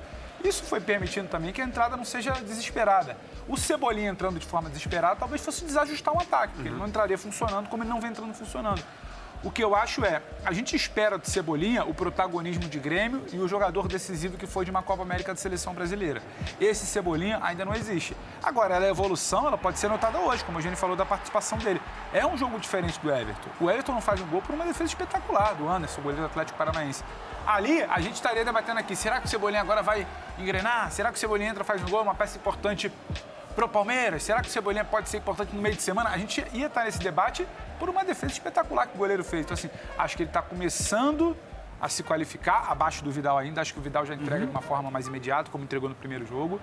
Isso foi permitindo também que a entrada não seja desesperada. O Cebolinha entrando de forma desesperada talvez fosse desajustar um ataque, porque ele não entraria funcionando como ele não vem entrando funcionando. O que eu acho a gente espera de Cebolinha o protagonismo de Grêmio e o jogador decisivo que foi de uma Copa América de Seleção Brasileira. Esse Cebolinha ainda não existe. Agora, a evolução ela pode ser notada hoje, como a gente falou da participação dele. É um jogo diferente do Everton. O Everton não faz um gol por uma defesa espetacular do Anderson, o goleiro do Atlético Paranaense. Ali, a gente estaria debatendo aqui, será que o Cebolinha agora vai engrenar? Será que o Cebolinha entra, faz um gol, uma peça importante pro Palmeiras? Será que o Cebolinha pode ser importante no meio de semana? A gente ia estar nesse debate por uma defesa espetacular que o goleiro fez. Então, assim, acho que ele está começando a se qualificar, abaixo do Vidal ainda. Acho que o Vidal já entrega de uma forma mais imediata, como entregou no primeiro jogo.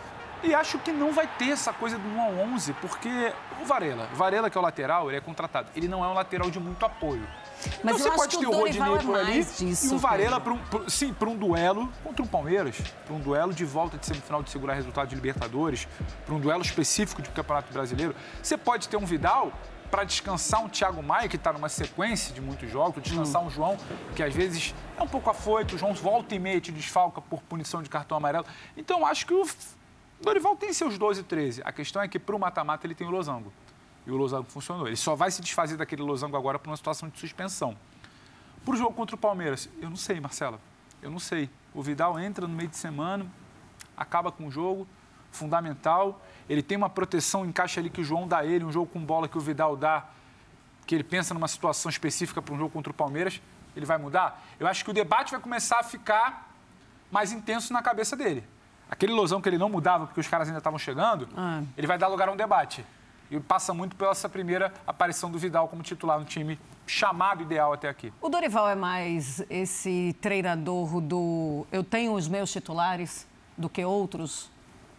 E acho que não vai ter essa coisa do 1 a 11, porque o Varela, que é o lateral, ele é contratado. Ele não é um lateral de muito apoio. Mas então, você pode ter o Rodinei por ali e o Varela para um duelo contra o Palmeiras, para um duelo de volta de semifinal de segurar resultado de Libertadores, para um duelo específico de Campeonato Brasileiro. Você pode ter um Vidal para descansar um Thiago Maia, que está numa sequência de muitos jogos, descansar um João, que às vezes é um pouco afoito, o João volta e meia te desfalca por punição de cartão amarelo. Então, acho que o Dorival tem seus 12 e 13. A questão é que para o mata-mata ele tem o losango. E o losango funcionou. Ele só vai se desfazer daquele losango agora por uma situação de suspensão. Para o jogo contra o Palmeiras, eu não sei, Marcela. Eu não sei. O Vidal entra no meio de semana, acaba com o jogo, fundamental. Ele tem uma proteção, encaixa ali que o João dá ele, um jogo com bola que o Vidal dá, que ele pensa numa situação específica para um jogo contra o Palmeiras, ele vai mudar? Eu acho que o debate vai começar a ficar mais intenso na cabeça dele. Aquele losão que ele não mudava porque os caras ainda estavam chegando, ele vai dar lugar a um debate. E passa muito pela essa primeira aparição do Vidal como titular no time chamado ideal até aqui. O Dorival é mais esse treinador do eu tenho os meus titulares do que outros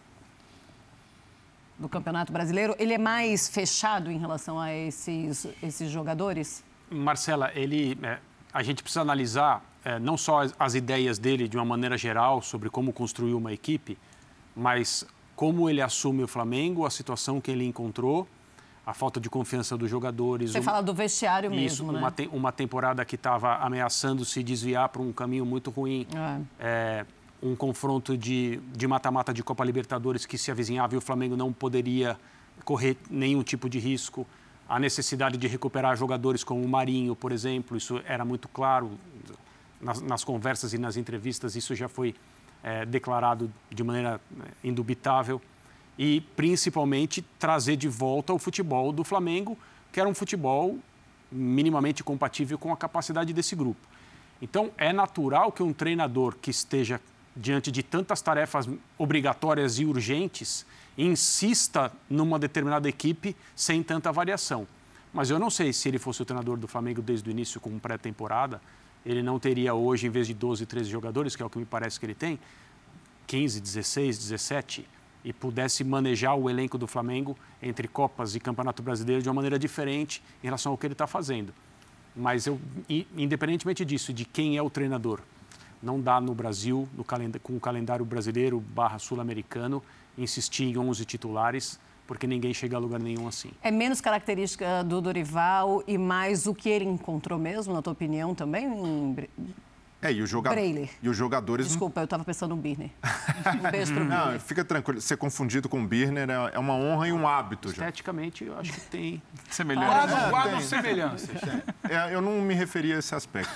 do Campeonato Brasileiro? Ele é mais fechado em relação a esses jogadores? Marcela, a gente precisa analisar não só as ideias dele de uma maneira geral sobre como construir uma equipe, mas como ele assume o Flamengo, a situação que ele encontrou, a falta de confiança dos jogadores. Você fala do vestiário mesmo, né? Uma temporada que estava ameaçando se desviar para um caminho muito ruim. Um confronto de mata-mata de Copa Libertadores que se avizinhava e o Flamengo não poderia correr nenhum tipo de risco. A necessidade de recuperar jogadores como o Marinho, por exemplo, isso era muito claro nas conversas e nas entrevistas, isso já foi declarado de maneira indubitável. E, principalmente, trazer de volta o futebol do Flamengo, que era um futebol minimamente compatível com a capacidade desse grupo. Então, é natural que um treinador que esteja diante de tantas tarefas obrigatórias e urgentes insista numa determinada equipe sem tanta variação. Mas eu não sei se ele fosse o treinador do Flamengo desde o início com pré-temporada, ele não teria hoje, em vez de 12, 13 jogadores, que é o que me parece que ele tem, 15, 16, 17, e pudesse manejar o elenco do Flamengo entre Copas e Campeonato Brasileiro de uma maneira diferente em relação ao que ele está fazendo. Mas, independentemente disso, de quem é o treinador, não dá no Brasil, com o calendário brasileiro / sul-americano, insistir em 11 titulares, porque ninguém chega a lugar nenhum assim. É menos característica do Dorival e mais o que ele encontrou mesmo, na tua opinião, também? E os jogadores... Desculpa, eu estava pensando no Birner. Um beijo pro Birner. Não, fica tranquilo. Ser confundido com o Birner é uma honra e um hábito. Esteticamente, eu acho que tem semelhanças. Guardam semelhanças. Eu não me referi a esse aspecto.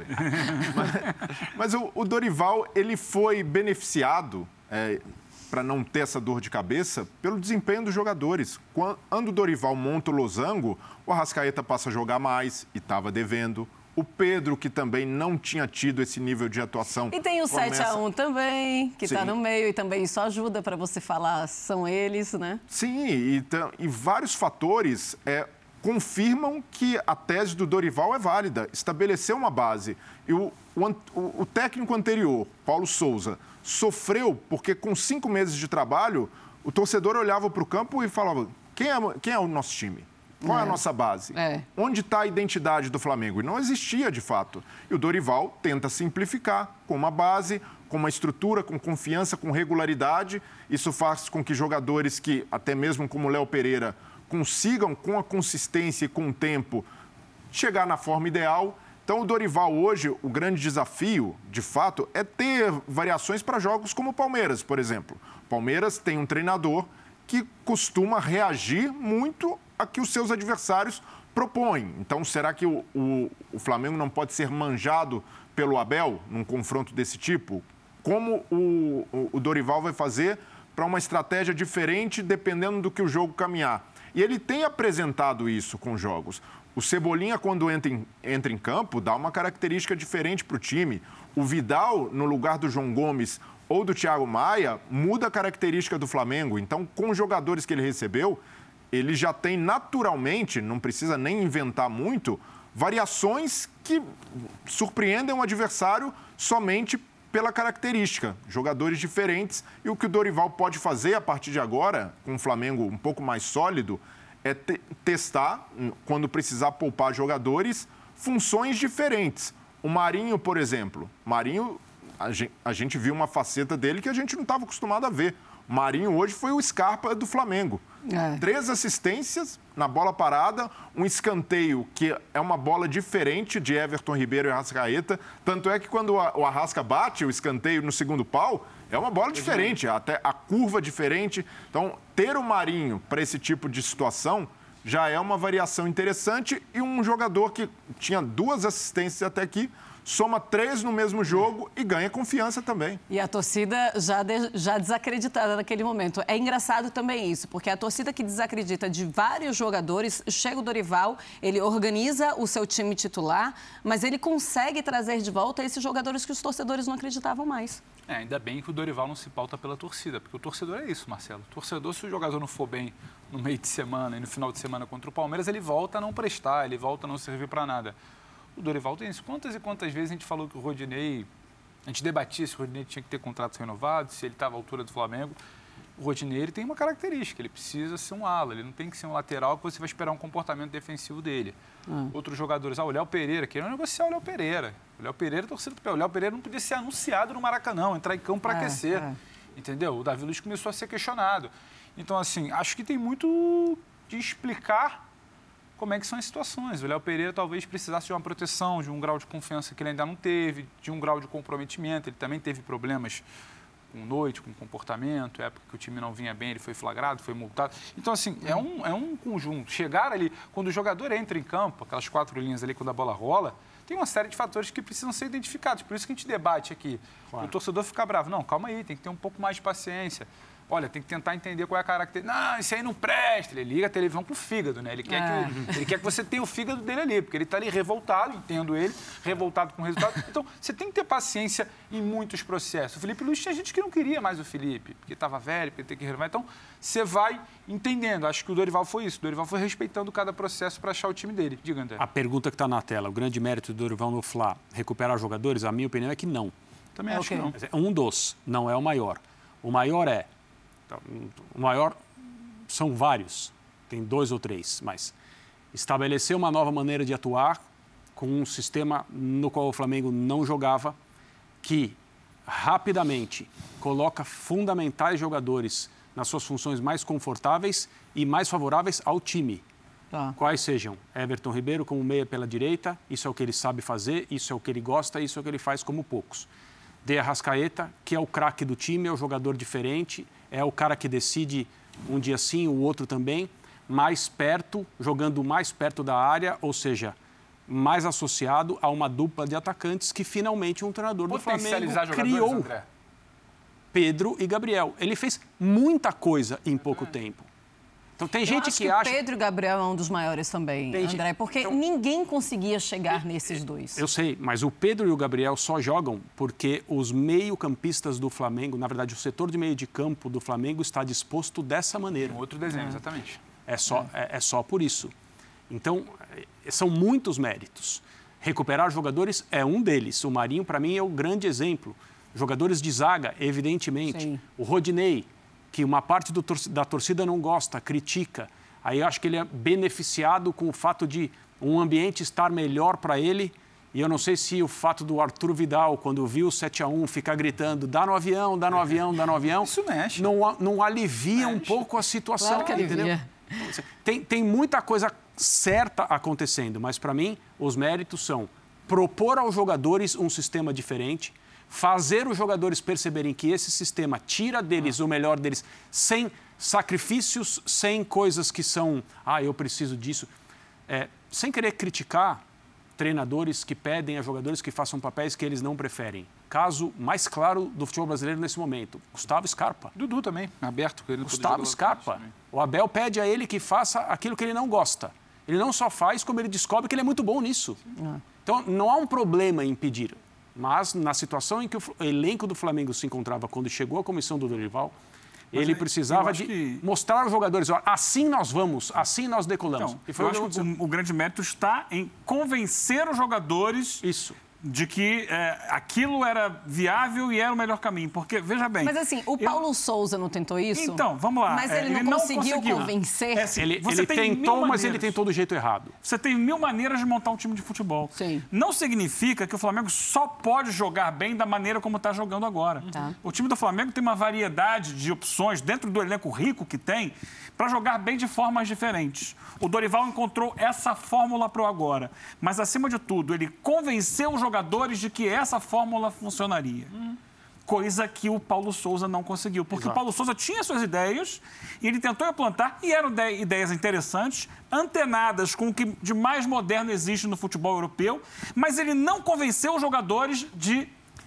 Mas o Dorival, ele foi beneficiado... para não ter essa dor de cabeça, pelo desempenho dos jogadores. Quando o Dorival monta o losango, o Arrascaeta passa a jogar mais e estava devendo. O Pedro, que também não tinha tido esse nível de atuação... E tem o 7-1 também, que está no meio, e também isso ajuda para você falar, são eles, né? Sim, e vários fatores confirmam que a tese do Dorival é válida, estabeleceu uma base. E o técnico anterior, Paulo Souza, sofreu porque com 5 meses de trabalho, o torcedor olhava para o campo e falava, quem é o nosso time? Qual é a nossa base? Onde está a identidade do Flamengo? E não existia, de fato. E o Dorival tenta simplificar com uma base, com uma estrutura, com confiança, com regularidade. Isso faz com que jogadores que, até mesmo como o Léo Pereira, consigam, com a consistência e com o tempo, chegar na forma ideal. Então, o Dorival hoje, o grande desafio, de fato, é ter variações para jogos como o Palmeiras, por exemplo. O Palmeiras tem um treinador que costuma reagir muito a que os seus adversários propõem. Então, será que o Flamengo não pode ser manjado pelo Abel num confronto desse tipo? Como o Dorival vai fazer para uma estratégia diferente dependendo do que o jogo caminhar? E ele tem apresentado isso com jogos. O Cebolinha, quando entra em campo, dá uma característica diferente para o time. O Vidal, no lugar do João Gomes ou do Thiago Maia, muda a característica do Flamengo. Então, com os jogadores que ele recebeu, ele já tem naturalmente, não precisa nem inventar muito, variações que surpreendem o adversário somente pela característica. Jogadores diferentes. E o que o Dorival pode fazer a partir de agora, com o Flamengo um pouco mais sólido, é testar, quando precisar poupar jogadores, funções diferentes. O Marinho, por exemplo. Marinho, a gente viu uma faceta dele que a gente não estava acostumado a ver. O Marinho hoje foi o Scarpa do Flamengo. 3 assistências na bola parada, um escanteio que é uma bola diferente de Everton Ribeiro e Arrascaeta. Tanto é que quando o Arrasca bate o escanteio no segundo pau, é uma bola diferente, até a curva diferente. Então, ter o Marinho para esse tipo de situação já é uma variação interessante e um jogador que tinha 2 assistências até aqui, soma 3 no mesmo jogo e ganha confiança também. E a torcida já desacreditada naquele momento. É engraçado também isso, porque a torcida que desacredita de vários jogadores, chega o Dorival, ele organiza o seu time titular, mas ele consegue trazer de volta esses jogadores que os torcedores não acreditavam mais. Ainda bem que o Dorival não se pauta pela torcida, porque o torcedor é isso, Marcelo. O torcedor, se o jogador não for bem no meio de semana e no final de semana contra o Palmeiras, ele volta a não prestar, ele volta a não servir para nada. O Dorival tem isso. Quantas e quantas vezes a gente falou que o Rodinei... A gente debatia se o Rodinei tinha que ter contratos renovados, se ele estava à altura do Flamengo. O Rodinei, ele tem uma característica, ele precisa ser um ala, ele não tem que ser um lateral que você vai esperar um comportamento defensivo dele. Outros jogadores, o Léo Pereira, queriam negociar o Léo Pereira. O Léo Pereira, torcedor do pé. O Léo Pereira não podia ser anunciado no Maracanã, entrar em campo para aquecer. Entendeu? O Davi Luiz começou a ser questionado. Então, assim, acho que tem muito de explicar como é que são as situações. O Léo Pereira talvez precisasse de uma proteção, de um grau de confiança que ele ainda não teve, de um grau de comprometimento. Ele também teve problemas com noite, com comportamento, época que o time não vinha bem, ele foi flagrado, foi multado. Então, assim, é um conjunto. Chegar ali, quando o jogador entra em campo, aquelas 4 linhas ali, quando a bola rola, tem uma série de fatores que precisam ser identificados. Por isso que a gente debate aqui. Claro. O torcedor fica bravo. Não, calma aí, tem que ter um pouco mais de paciência. Olha, tem que tentar entender qual é a característica. Não, isso aí não presta. Ele liga a televisão pro fígado, né? Ele quer que você tenha o fígado dele ali, porque ele está ali revoltado, entendo ele, revoltado com o resultado. Então, você tem que ter paciência em muitos processos. O Felipe Luiz tinha gente que não queria mais o Felipe, porque estava velho, porque tem que renovar. Então, você vai entendendo. Acho que o Dorival foi isso. O Dorival foi respeitando cada processo para achar o time dele. Diga, André. A pergunta que está na tela, o grande mérito do Dorival no Fla, recuperar jogadores, a minha opinião é que não. Também acho que não. Um dos, não é o maior. O maior são vários, tem 2 ou 3, mas estabelecer uma nova maneira de atuar com um sistema no qual o Flamengo não jogava, que rapidamente coloca fundamentais jogadores nas suas funções mais confortáveis e mais favoráveis ao time. Quais sejam? Everton Ribeiro como meia pela direita, isso é o que ele sabe fazer, isso é o que ele gosta, isso é o que ele faz como poucos. De Arrascaeta, que é o craque do time, é o jogador diferente, é o cara que decide um dia sim, o outro também, mais perto, jogando mais perto da área, ou seja, mais associado a uma dupla de atacantes que finalmente um treinador do Flamengo criou. André. Pedro e Gabriel. Ele fez muita coisa em pouco tempo. Então, tem gente que acha... o Pedro e Gabriel é um dos maiores também, André, porque ninguém conseguia chegar nesses dois. Eu sei, mas o Pedro e o Gabriel só jogam porque os meio-campistas do Flamengo, na verdade, o setor de meio de campo do Flamengo está disposto dessa maneira. Um outro desenho, exatamente. É só por isso. Então, são muitos méritos. Recuperar jogadores é um deles. O Marinho, para mim, é o grande exemplo. Jogadores de zaga, evidentemente. Sim. O Rodinei, que uma parte da torcida não gosta, critica. Aí eu acho que ele é beneficiado com o fato de um ambiente estar melhor para ele. E eu não sei se o fato do Arthur Vidal, quando viu o 7-1, ficar gritando, dá no avião, dá no avião, dá no avião. Isso mexe. Não alivia um pouco a situação. Claro que alivia. Tem muita coisa certa acontecendo, mas para mim os méritos são propor aos jogadores um sistema diferente, fazer os jogadores perceberem que esse sistema tira deles o melhor deles, sem sacrifícios, sem coisas que são, eu preciso disso. Sem querer criticar treinadores que pedem a jogadores que façam papéis que eles não preferem. Caso mais claro do futebol brasileiro nesse momento, Gustavo Scarpa. Dudu também, aberto. Gustavo Scarpa. O Abel pede a ele que faça aquilo que ele não gosta. Ele não só faz, como ele descobre que ele é muito bom nisso. Então, não há um problema em pedir. Mas, na situação em que o elenco do Flamengo se encontrava quando chegou à comissão do Dorival, ele precisava de mostrar aos jogadores, assim nós vamos, assim nós decolamos. Então, eu acho que o grande mérito está em convencer os jogadores de que aquilo era viável e era o melhor caminho. Porque, veja bem... Mas assim, o Paulo Souza não tentou isso? Então, vamos lá. Mas ele não conseguiu convencer? Ele tentou, mas ele tentou do jeito errado. Você tem 1000 maneiras de montar um time de futebol. Sim. Não significa que o Flamengo só pode jogar bem da maneira como está jogando agora. O time do Flamengo tem uma variedade de opções dentro do elenco rico que tem para jogar bem de formas diferentes. O Dorival encontrou essa fórmula para o agora. Mas, acima de tudo, ele convenceu os jogadores de que essa fórmula funcionaria. Coisa que o Paulo Souza não conseguiu. Porque o Paulo Souza tinha suas ideias e ele tentou implantar, e eram ideias interessantes, antenadas com o que de mais moderno existe no futebol europeu, mas ele não convenceu os jogadores de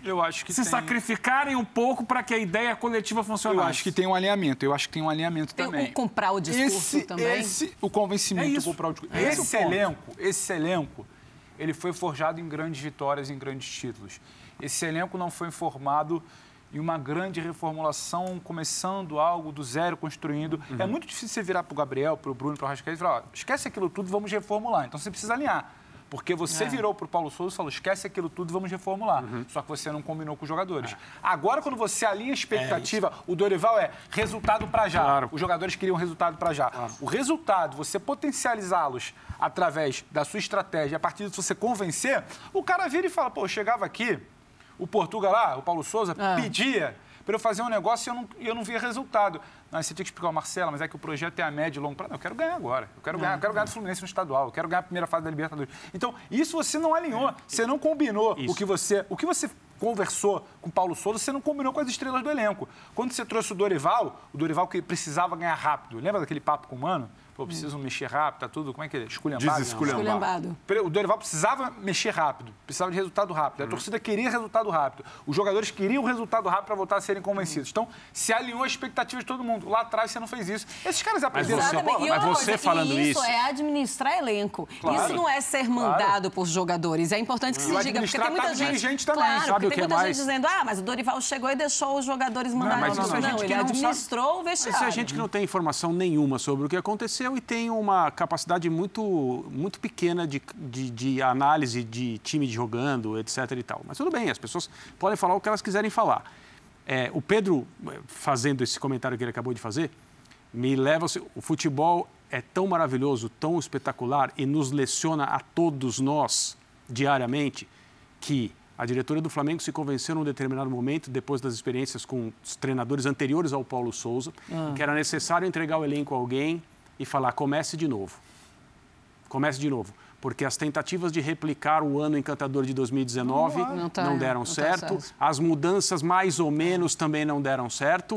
sacrificarem um pouco para que a ideia coletiva funcionasse. Eu acho que tem um alinhamento. Também. Comprar o discurso também. O convencimento. Comprar o discurso. Esse elenco, ele foi forjado em grandes vitórias, em grandes títulos. Esse elenco não foi formado em uma grande reformulação, começando algo do zero, construindo. É muito difícil você virar para o Gabriel, para o Bruno, para o Arrascaeta e falar, esquece aquilo tudo, vamos reformular. Então, você precisa alinhar. Porque você virou para o Paulo Souza e falou, esquece aquilo tudo, vamos reformular. Só que você não combinou com os jogadores. Agora, quando você alinha a expectativa, o Dorival resultado para já. Claro. Os jogadores queriam resultado para já. O resultado, você potencializá-los através da sua estratégia, a partir disso você convencer, o cara vira e fala, pô, eu chegava aqui, o Portuga lá, o Paulo Souza, pedia para eu fazer um negócio e eu não via resultado. Não, você tinha que explicar, Marcela, mas é que o projeto é a médio e longo prazo. Não, eu quero ganhar agora. Eu quero ganhar do Fluminense no estadual. Eu quero ganhar a primeira fase da Libertadores. Então, isso você não alinhou. Você não combinou o que você conversou com o Paulo Souza, você não combinou com as estrelas do elenco. Quando você trouxe o Dorival que precisava ganhar rápido. Lembra daquele papo com o Mano? Pô, preciso mexer rápido, tá tudo... Como é que é? Esculhambado? Esculhambado. O Dorival precisava mexer rápido, precisava de resultado rápido. A torcida queria resultado rápido. Os jogadores queriam resultado rápido para voltar a serem convencidos. Então, se alinhou a expectativa de todo mundo. Lá atrás você não fez isso. Esses caras aprenderam a ser bola. Mas você falando isso é administrar elenco. Claro. Isso não é ser mandado por jogadores. É importante que se diga, porque tem muita gente também. Claro, sabe o tem que muita é gente mais? dizendo, mas o Dorival chegou e deixou os jogadores mandarem. Não, ele administrou o vestiário. Isso é gente que não tem informação nenhuma sobre o que aconteceu e tem uma capacidade muito pequena de análise de time jogando, etc. e tal. Mas tudo bem, as pessoas podem falar o que elas quiserem falar. O Pedro, fazendo esse comentário que ele acabou de fazer, me leva... O futebol é tão maravilhoso, tão espetacular e nos leciona a todos nós diariamente que a diretoria do Flamengo se convenceu num determinado momento, depois das experiências com os treinadores anteriores ao Paulo Souza, que era necessário entregar o elenco a alguém e falar, comece de novo. Comece de novo. Porque as tentativas de replicar o ano encantador de 2019 não deram certo. As mudanças, mais ou menos, também não deram certo.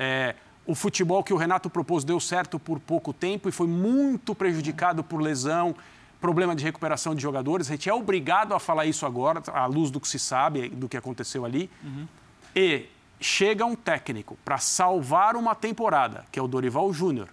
O futebol que o Renato propôs deu certo por pouco tempo e foi muito prejudicado por lesão, problema de recuperação de jogadores. A gente é obrigado a falar isso agora, à luz do que se sabe, do que aconteceu ali. E chega um técnico para salvar uma temporada, que é o Dorival Júnior,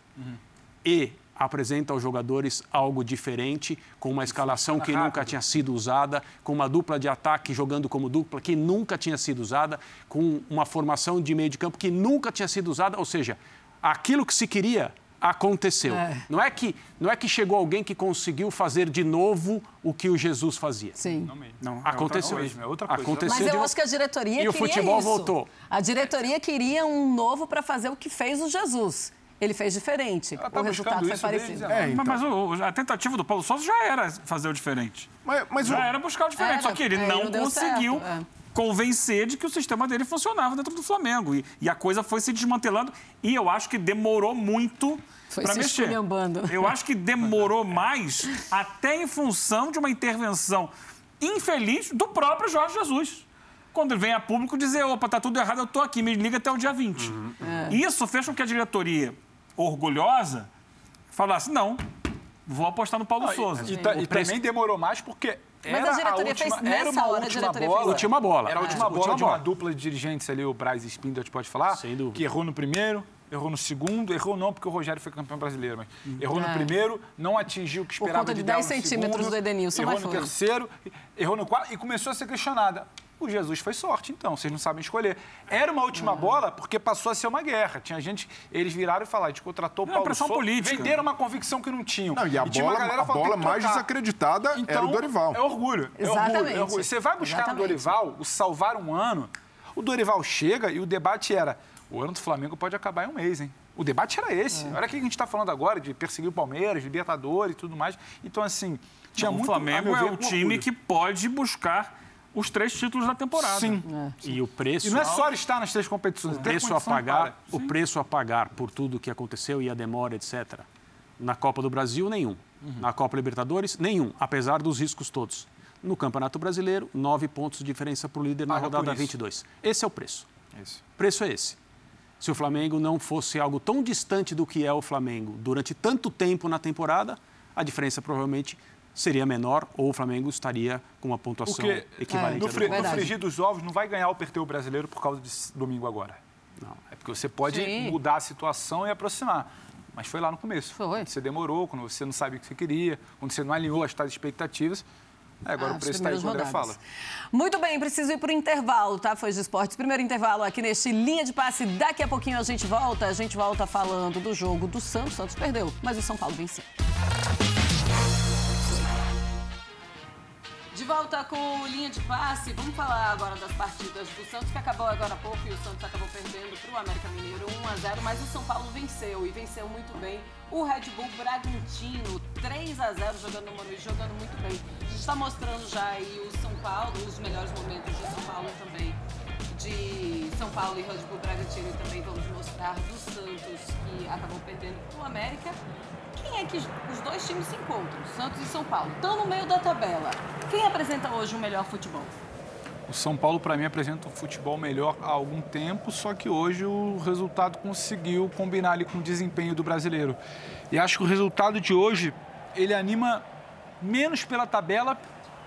e apresenta aos jogadores algo diferente, com uma escalação que nunca tinha sido usada, com uma dupla de ataque jogando como dupla que nunca tinha sido usada, com uma formação de meio de campo que nunca tinha sido usada, ou seja, aquilo que se queria aconteceu. Não é que chegou alguém que conseguiu fazer de novo o que o Jesus fazia. Sim. Não, aconteceu. É outra coisa. Aconteceu. Mas eu acho que a diretoria queria isso. E o futebol voltou. A diretoria queria um novo para fazer o que fez o Jesus. Ele fez diferente. O resultado foi parecido. Mas a tentativa do Paulo Souza já era fazer o diferente. Já era buscar o diferente. Só que ele não conseguiu convencer de que o sistema dele funcionava dentro do Flamengo. E a coisa foi se desmantelando. E eu acho que demorou muito para mexer. Eu acho que demorou mais até em função de uma intervenção infeliz do próprio Jorge Jesus. Quando ele vem a público dizer, opa, tá tudo errado, eu tô aqui, me liga até o dia 20. Isso fez com que a diretoria, orgulhosa, falasse, não, vou apostar no Paulo Souza. E também demorou mais porque Mas a diretoria fez nessa hora, a diretoria fez. Última bola. Era a última bola de uma dupla de dirigentes ali, o Braz e Spindler, pode falar, sem dúvida, que errou no primeiro, errou no segundo, errou não porque o Rogério foi campeão brasileiro, mas errou no primeiro, não atingiu o que esperava por conta de 10 centímetros do Edenilson, errou no terceiro, errou no quarto e começou a ser questionada. O Jesus foi sorte, então, vocês não sabem escolher. Era uma última bola porque passou a ser uma guerra. Tinha gente, eles viraram e falaram, a gente contratou o Paulo pressão Souza, política. Venderam uma convicção que não tinham. Não, e a bola mais desacreditada então, era o Dorival. É orgulho. Exatamente. É orgulho. Você vai buscar no Dorival o salvar um ano, o Dorival chega e o debate era, o ano do Flamengo pode acabar em um mês, hein? O debate era esse. Olha o que a gente está falando agora, de perseguir o Palmeiras, Libertadores e tudo mais. Então, assim, tinha muito... O Flamengo é o time que pode buscar os 3 títulos da temporada. Sim. E o preço... E não é só estar nas 3 competições. O preço a pagar por tudo que aconteceu e a demora, etc. Na Copa do Brasil, nenhum. Na Copa Libertadores, nenhum. Apesar dos riscos todos. No Campeonato Brasileiro, 9 pontos de diferença para o líder na rodada 22. Esse é o preço. O preço é esse. Se o Flamengo não fosse algo tão distante do que é o Flamengo durante tanto tempo na temporada, a diferença provavelmente seria menor ou o Flamengo estaria com uma pontuação equivalente. No frigir dos ovos, não vai ganhar ou perder o brasileiro por causa de domingo agora. Não. É porque você pode mudar a situação e aproximar. Mas foi lá no começo. Quando você demorou, quando você não sabia o que você queria, quando você não alinhou as tais expectativas. Agora o preço está aí, o André fala. Muito bem, preciso ir para o intervalo, tá? Foi de Esportes. Primeiro intervalo aqui neste Linha de Passe. Daqui a pouquinho a gente volta falando do jogo do Santos. O Santos perdeu, mas o São Paulo venceu. De volta com Linha de Passe, vamos falar agora das partidas do Santos, que acabou agora há pouco e o Santos acabou perdendo para o América Mineiro 1-0, mas o São Paulo venceu e venceu muito bem o Red Bull Bragantino, 3-0, jogando no Morumbi, jogando muito bem. A gente está mostrando já aí o São Paulo, os melhores momentos de São Paulo também, de São Paulo e Red Bull Bragantino, e também vamos mostrar do Santos, que acabou perdendo para o América. Quem é que os dois times se encontram, Santos e São Paulo? Estão no meio da tabela. Quem apresenta hoje o melhor futebol? O São Paulo, para mim, apresenta um futebol melhor há algum tempo, só que hoje o resultado conseguiu combinar ali com o desempenho do brasileiro. E acho que o resultado de hoje, ele anima menos pela tabela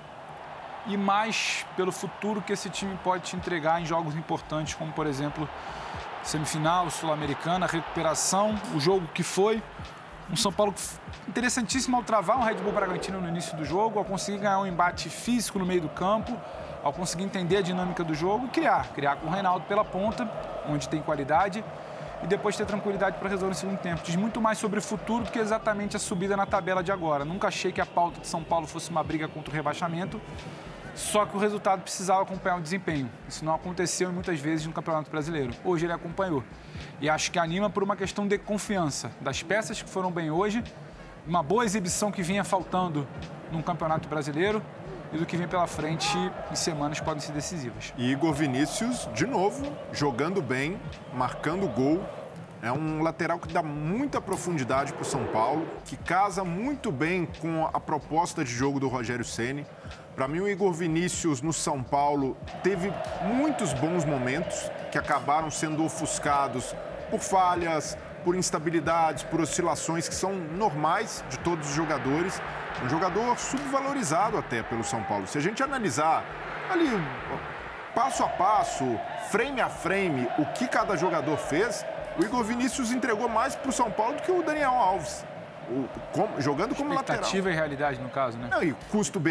e mais pelo futuro que esse time pode te entregar em jogos importantes, como, por exemplo, semifinal, Sul-Americana, recuperação, o jogo que foi. Um São Paulo interessantíssimo ao travar um Red Bull Bragantino no início do jogo, ao conseguir ganhar um embate físico no meio do campo, ao conseguir entender a dinâmica do jogo e criar com o Reinaldo pela ponta, onde tem qualidade, e depois ter tranquilidade para resolver no segundo tempo. Diz muito mais sobre o futuro do que exatamente a subida na tabela de agora. Nunca achei que a pauta de São Paulo fosse uma briga contra o rebaixamento, só que o resultado precisava acompanhar o desempenho. Isso não aconteceu muitas vezes no Campeonato Brasileiro. Hoje ele acompanhou. E acho que anima por uma questão de confiança das peças que foram bem hoje, uma boa exibição que vinha faltando num Campeonato Brasileiro e do que vem pela frente em semanas podem ser decisivas. E Igor Vinícius, de novo, jogando bem, marcando gol. É um lateral que dá muita profundidade para o São Paulo, que casa muito bem com a proposta de jogo do Rogério Ceni. Para mim, o Igor Vinícius no São Paulo teve muitos bons momentos que acabaram sendo ofuscados por falhas, por instabilidades, por oscilações que são normais de todos os jogadores. Um jogador subvalorizado até pelo São Paulo. Se a gente analisar ali, passo a passo, frame a frame, o que cada jogador fez, o Igor Vinícius entregou mais para o São Paulo do que o Daniel Alves. Jogando como lateral. Expectativa e realidade, no caso, né? Não, e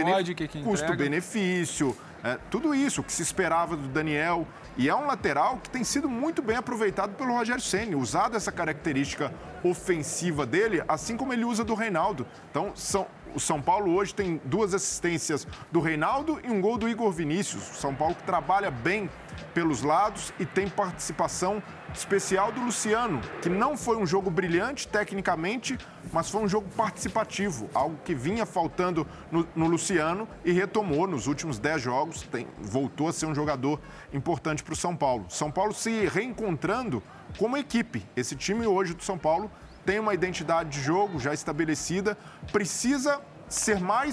custo-benefício, tudo isso que se esperava do Daniel. E é um lateral que tem sido muito bem aproveitado pelo Rogério Ceni, usado essa característica ofensiva dele, assim como ele usa do Reinaldo. Então, o São Paulo hoje tem 2 assistências do Reinaldo e um gol do Igor Vinícius. O São Paulo que trabalha bem pelos lados e tem participação especial do Luciano, que não foi um jogo brilhante tecnicamente, mas foi um jogo participativo, algo que vinha faltando no Luciano e retomou nos últimos 10 jogos, voltou a ser um jogador importante para o São Paulo. São Paulo se reencontrando como equipe. Esse time hoje do São Paulo tem uma identidade de jogo já estabelecida, precisa ser mais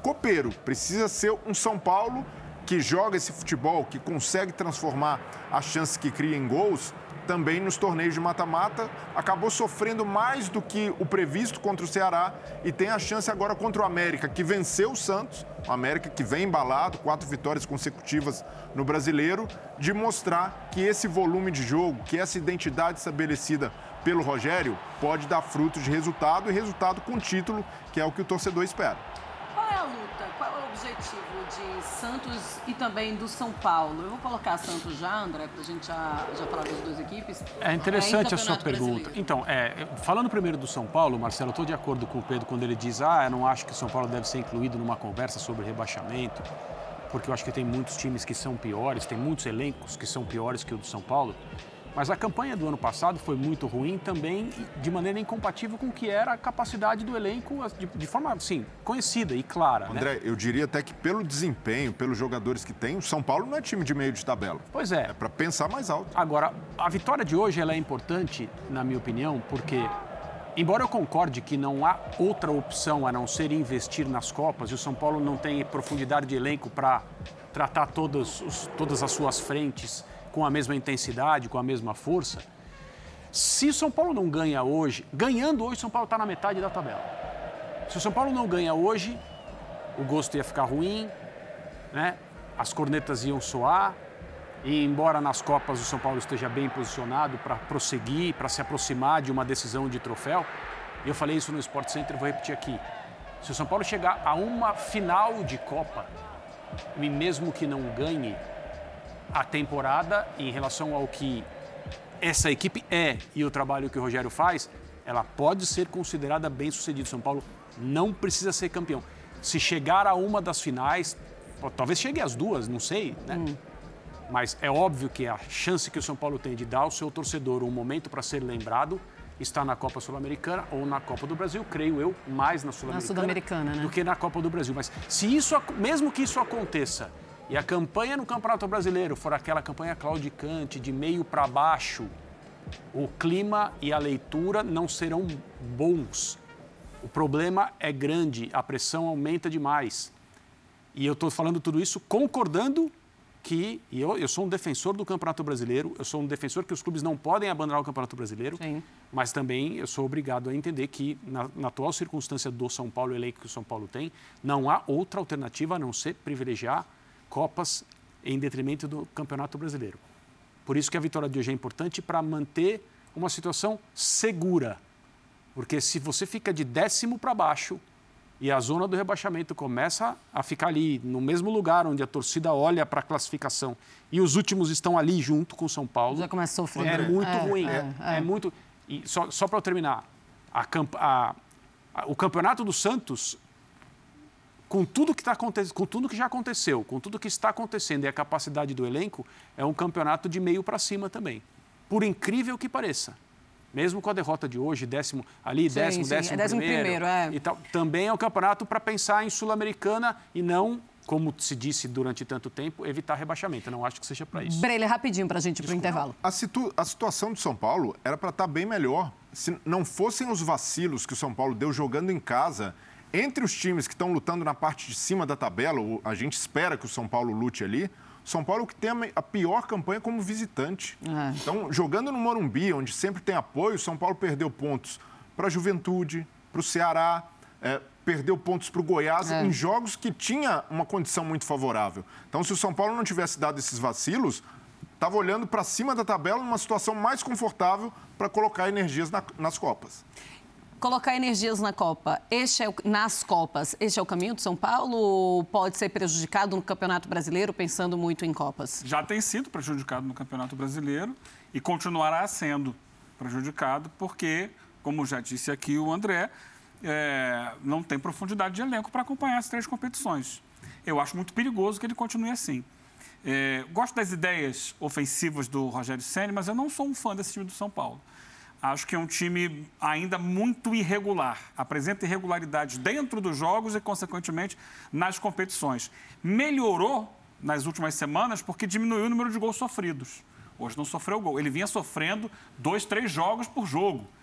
copeiro, precisa ser um São Paulo que joga esse futebol, que consegue transformar as chances que cria em gols, também nos torneios de mata-mata, acabou sofrendo mais do que o previsto contra o Ceará e tem a chance agora contra o América, que venceu o Santos, o América que vem embalado, 4 vitórias consecutivas no Brasileiro, de mostrar que esse volume de jogo, que essa identidade estabelecida pelo Rogério pode dar frutos de resultado e resultado com título, que é o que o torcedor espera. Qual é a luta? Qual é o objetivo de Santos e também do São Paulo? Eu vou colocar Santos já, André, para a gente já falar das duas equipes. É interessante a sua pergunta. Então, falando primeiro do São Paulo, Marcelo, eu estou de acordo com o Pedro quando ele diz eu não acho que o São Paulo deve ser incluído numa conversa sobre rebaixamento, porque eu acho que tem muitos times que são piores, tem muitos elencos que são piores que o do São Paulo. Mas a campanha do ano passado foi muito ruim também, de maneira incompatível com o que era a capacidade do elenco de forma, assim, conhecida e clara. André, né? Eu diria até que pelo desempenho, pelos jogadores que tem, o São Paulo não é time de meio de tabela. Pois é. É para pensar mais alto. Agora, a vitória de hoje ela é importante, na minha opinião, porque, embora eu concorde que não há outra opção a não ser investir nas Copas, e o São Paulo não tem profundidade de elenco para tratar todas as suas frentes com a mesma intensidade, com a mesma força. Se o São Paulo não ganha hoje, ganhando hoje, o São Paulo está na metade da tabela. Se o São Paulo não ganha hoje, o gosto ia ficar ruim, né? As cornetas iam soar, e embora nas Copas o São Paulo esteja bem posicionado para prosseguir, para se aproximar de uma decisão de troféu, eu falei isso no Sport Center e vou repetir aqui. Se o São Paulo chegar a uma final de Copa, e mesmo que não ganhe, a temporada, em relação ao que essa equipe é e o trabalho que o Rogério faz, ela pode ser considerada bem-sucedida. São Paulo não precisa ser campeão. Se chegar a uma das finais, talvez chegue às duas, não sei, né? Mas é óbvio que a chance que o São Paulo tem de dar ao seu torcedor um momento para ser lembrado está na Copa Sul-Americana ou na Copa do Brasil, creio eu, mais na Sul-Americana, né? do que na Copa do Brasil. Mas se isso, mesmo que isso aconteça, e a campanha no Campeonato Brasileiro for aquela campanha claudicante, de meio para baixo, o clima e a leitura não serão bons. O problema é grande, a pressão aumenta demais. E eu estou falando tudo isso concordando que eu sou um defensor do Campeonato Brasileiro, eu sou um defensor que os clubes não podem abandonar o Campeonato Brasileiro, sim, mas também eu sou obrigado a entender que, na atual circunstância do São Paulo, o elenco que o São Paulo tem, não há outra alternativa a não ser privilegiar Copas em detrimento do Campeonato Brasileiro. Por isso que a vitória de hoje é importante para manter uma situação segura. Porque se você fica de 10º para baixo e a zona do rebaixamento começa a ficar ali no mesmo lugar onde a torcida olha para a classificação e os últimos estão ali junto com o São Paulo, já começa a sofrer. É muito ruim. É muito. E só para eu terminar, o campeonato do Santos, com tudo que está acontecendo, com tudo que já aconteceu, com tudo que está acontecendo e a capacidade do elenco, é um campeonato de meio para cima também. Por incrível que pareça. Mesmo com a derrota de hoje, décimo primeiro e tal, também é um campeonato para pensar em Sul-Americana e não, como se disse durante tanto tempo, evitar rebaixamento. Eu não acho que seja para isso. Breler, rapidinho para a gente ir para o intervalo. A situação do São Paulo era para estar bem melhor. Se não fossem os vacilos que o São Paulo deu jogando em casa, entre os times que estão lutando na parte de cima da tabela, a gente espera que o São Paulo lute ali, o São Paulo que tem a pior campanha como visitante. Então, jogando no Morumbi, onde sempre tem apoio, o São Paulo perdeu pontos para a Juventude, para o Ceará, perdeu pontos para o Goiás, em jogos que tinha uma condição muito favorável. Então, se o São Paulo não tivesse dado esses vacilos, estava olhando para cima da tabela numa situação mais confortável para colocar energias nas Copas. Colocar energias na Copa, nas Copas, este é o caminho do São Paulo ou pode ser prejudicado no Campeonato Brasileiro, pensando muito em Copas? Já tem sido prejudicado no Campeonato Brasileiro e continuará sendo prejudicado porque, como já disse aqui o André, não tem profundidade de elenco para acompanhar as 3 competições. Eu acho muito perigoso que ele continue assim. Gosto das ideias ofensivas do Rogério Ceni, mas eu não sou um fã desse time do São Paulo. Acho que é um time ainda muito irregular. Apresenta irregularidades dentro dos jogos e, consequentemente, nas competições. Melhorou nas últimas semanas porque diminuiu o número de gols sofridos. Hoje não sofreu gol. Ele vinha sofrendo 2, 3 jogos por jogo.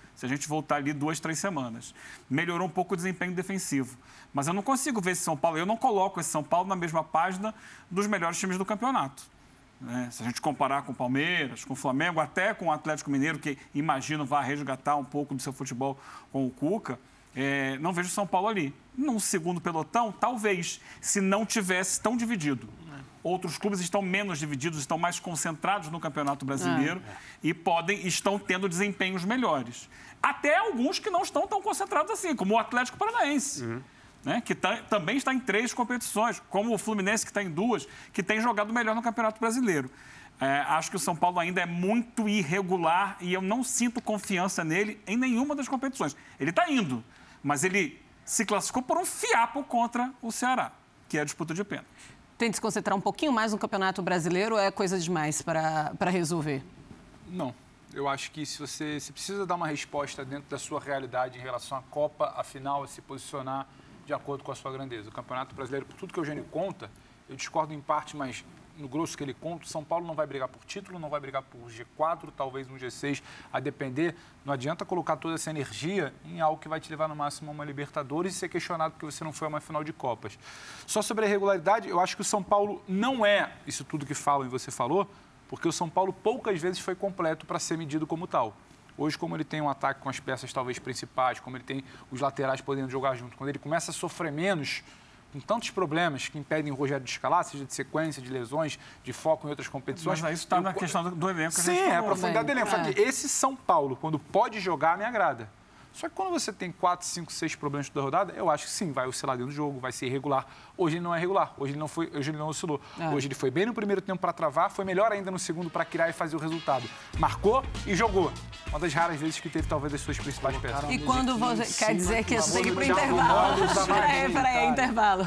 se a gente voltar ali 2, 3 semanas. Melhorou um pouco o desempenho defensivo. Mas eu não consigo ver esse São Paulo, eu não coloco esse São Paulo na mesma página dos melhores times do campeonato. Se a gente comparar com o Palmeiras, com o Flamengo, até com o Atlético Mineiro, que imagino vai resgatar um pouco do seu futebol com o Cuca, não vejo o São Paulo ali. Num segundo pelotão, talvez, se não tivesse tão dividido. Outros clubes estão menos divididos, estão mais concentrados no Campeonato Brasileiro e estão tendo desempenhos melhores. Até alguns que não estão tão concentrados assim, como o Atlético Paranaense. Que também está em 3 competições, como o Fluminense, que está em 2, que tem jogado melhor no Campeonato Brasileiro. Acho que o São Paulo ainda é muito irregular e eu não sinto confiança nele em nenhuma das competições. Ele está indo, mas ele se classificou por um fiapo contra o Ceará, que é a disputa de pênalti. Tem que se concentrar um pouquinho mais no Campeonato Brasileiro ou é coisa demais para resolver? Não. Eu acho que se você precisa dar uma resposta dentro da sua realidade em relação à Copa, a final, a se posicionar de acordo com a sua grandeza. O Campeonato Brasileiro, por tudo que o Eugênio conta, eu discordo em parte, mas no grosso que ele conta, o São Paulo não vai brigar por título, não vai brigar por G4, talvez um G6, a depender. Não adianta colocar toda essa energia em algo que vai te levar no máximo a uma Libertadores e ser questionado porque você não foi a uma final de Copas. Só sobre a irregularidade, eu acho que o São Paulo não é isso tudo que falam e você falou, porque o São Paulo poucas vezes foi completo para ser medido como tal. Hoje, como ele tem um ataque com as peças talvez principais, como ele tem os laterais podendo jogar junto, quando ele começa a sofrer menos, com tantos problemas que impedem o Rogério de escalar, seja de sequência, de lesões, de foco em outras competições. Mas isso está na questão do elenco. Sim, é a profundidade do elenco. Só que esse São Paulo, quando pode jogar, me agrada. Só que quando você tem 4, 5, 6 problemas da rodada, eu acho que sim, vai oscilar dentro do jogo, vai ser irregular. Hoje ele não é regular, hoje ele não oscilou. Hoje ele foi bem no primeiro tempo para travar, foi melhor ainda no segundo para criar e fazer o resultado. Marcou e jogou. Uma das raras vezes que teve talvez as suas principais peças. E quando você quer dizer que isso tem que ir para o intervalo? Peraí, intervalo.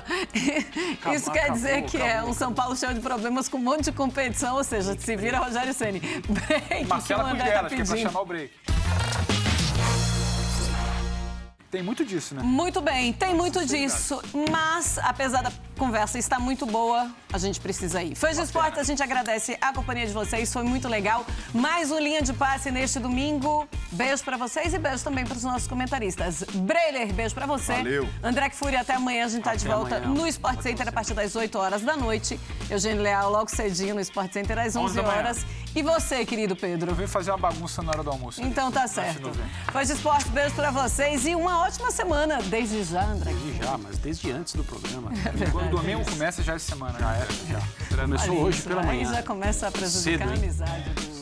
Isso quer dizer que é um São Paulo cheio de problemas com um monte de competição, ou seja, se vira Rogério Ceni. Break, Marcela que o André tá pedindo. Para chamar o break. Tem muito disso, né? Muito bem, tem muito disso. Mas, apesar da conversa estar muito boa, a gente precisa ir. Fãs de esportes, a gente agradece a companhia de vocês, foi muito legal. Mais um Linha de Passe neste domingo. Beijo pra vocês e beijo também pros nossos comentaristas. Breiler, beijo pra você. Valeu. André Kfouri, até amanhã. A gente tá de volta no Sport Center a partir das 8 horas da noite. Eugênio Leal, logo cedinho no Sport Center às 11 horas. E você, querido Pedro? Eu vim fazer uma bagunça na hora do almoço. Então tá certo. Fãs de esportes, beijo pra vocês e uma ótima semana. Desde já, André. Desde já, mas desde antes do programa. Quando o domingo começa, já é semana. Já era. Começou hoje pela manhã. Aí já começa a prejudicar a amizade.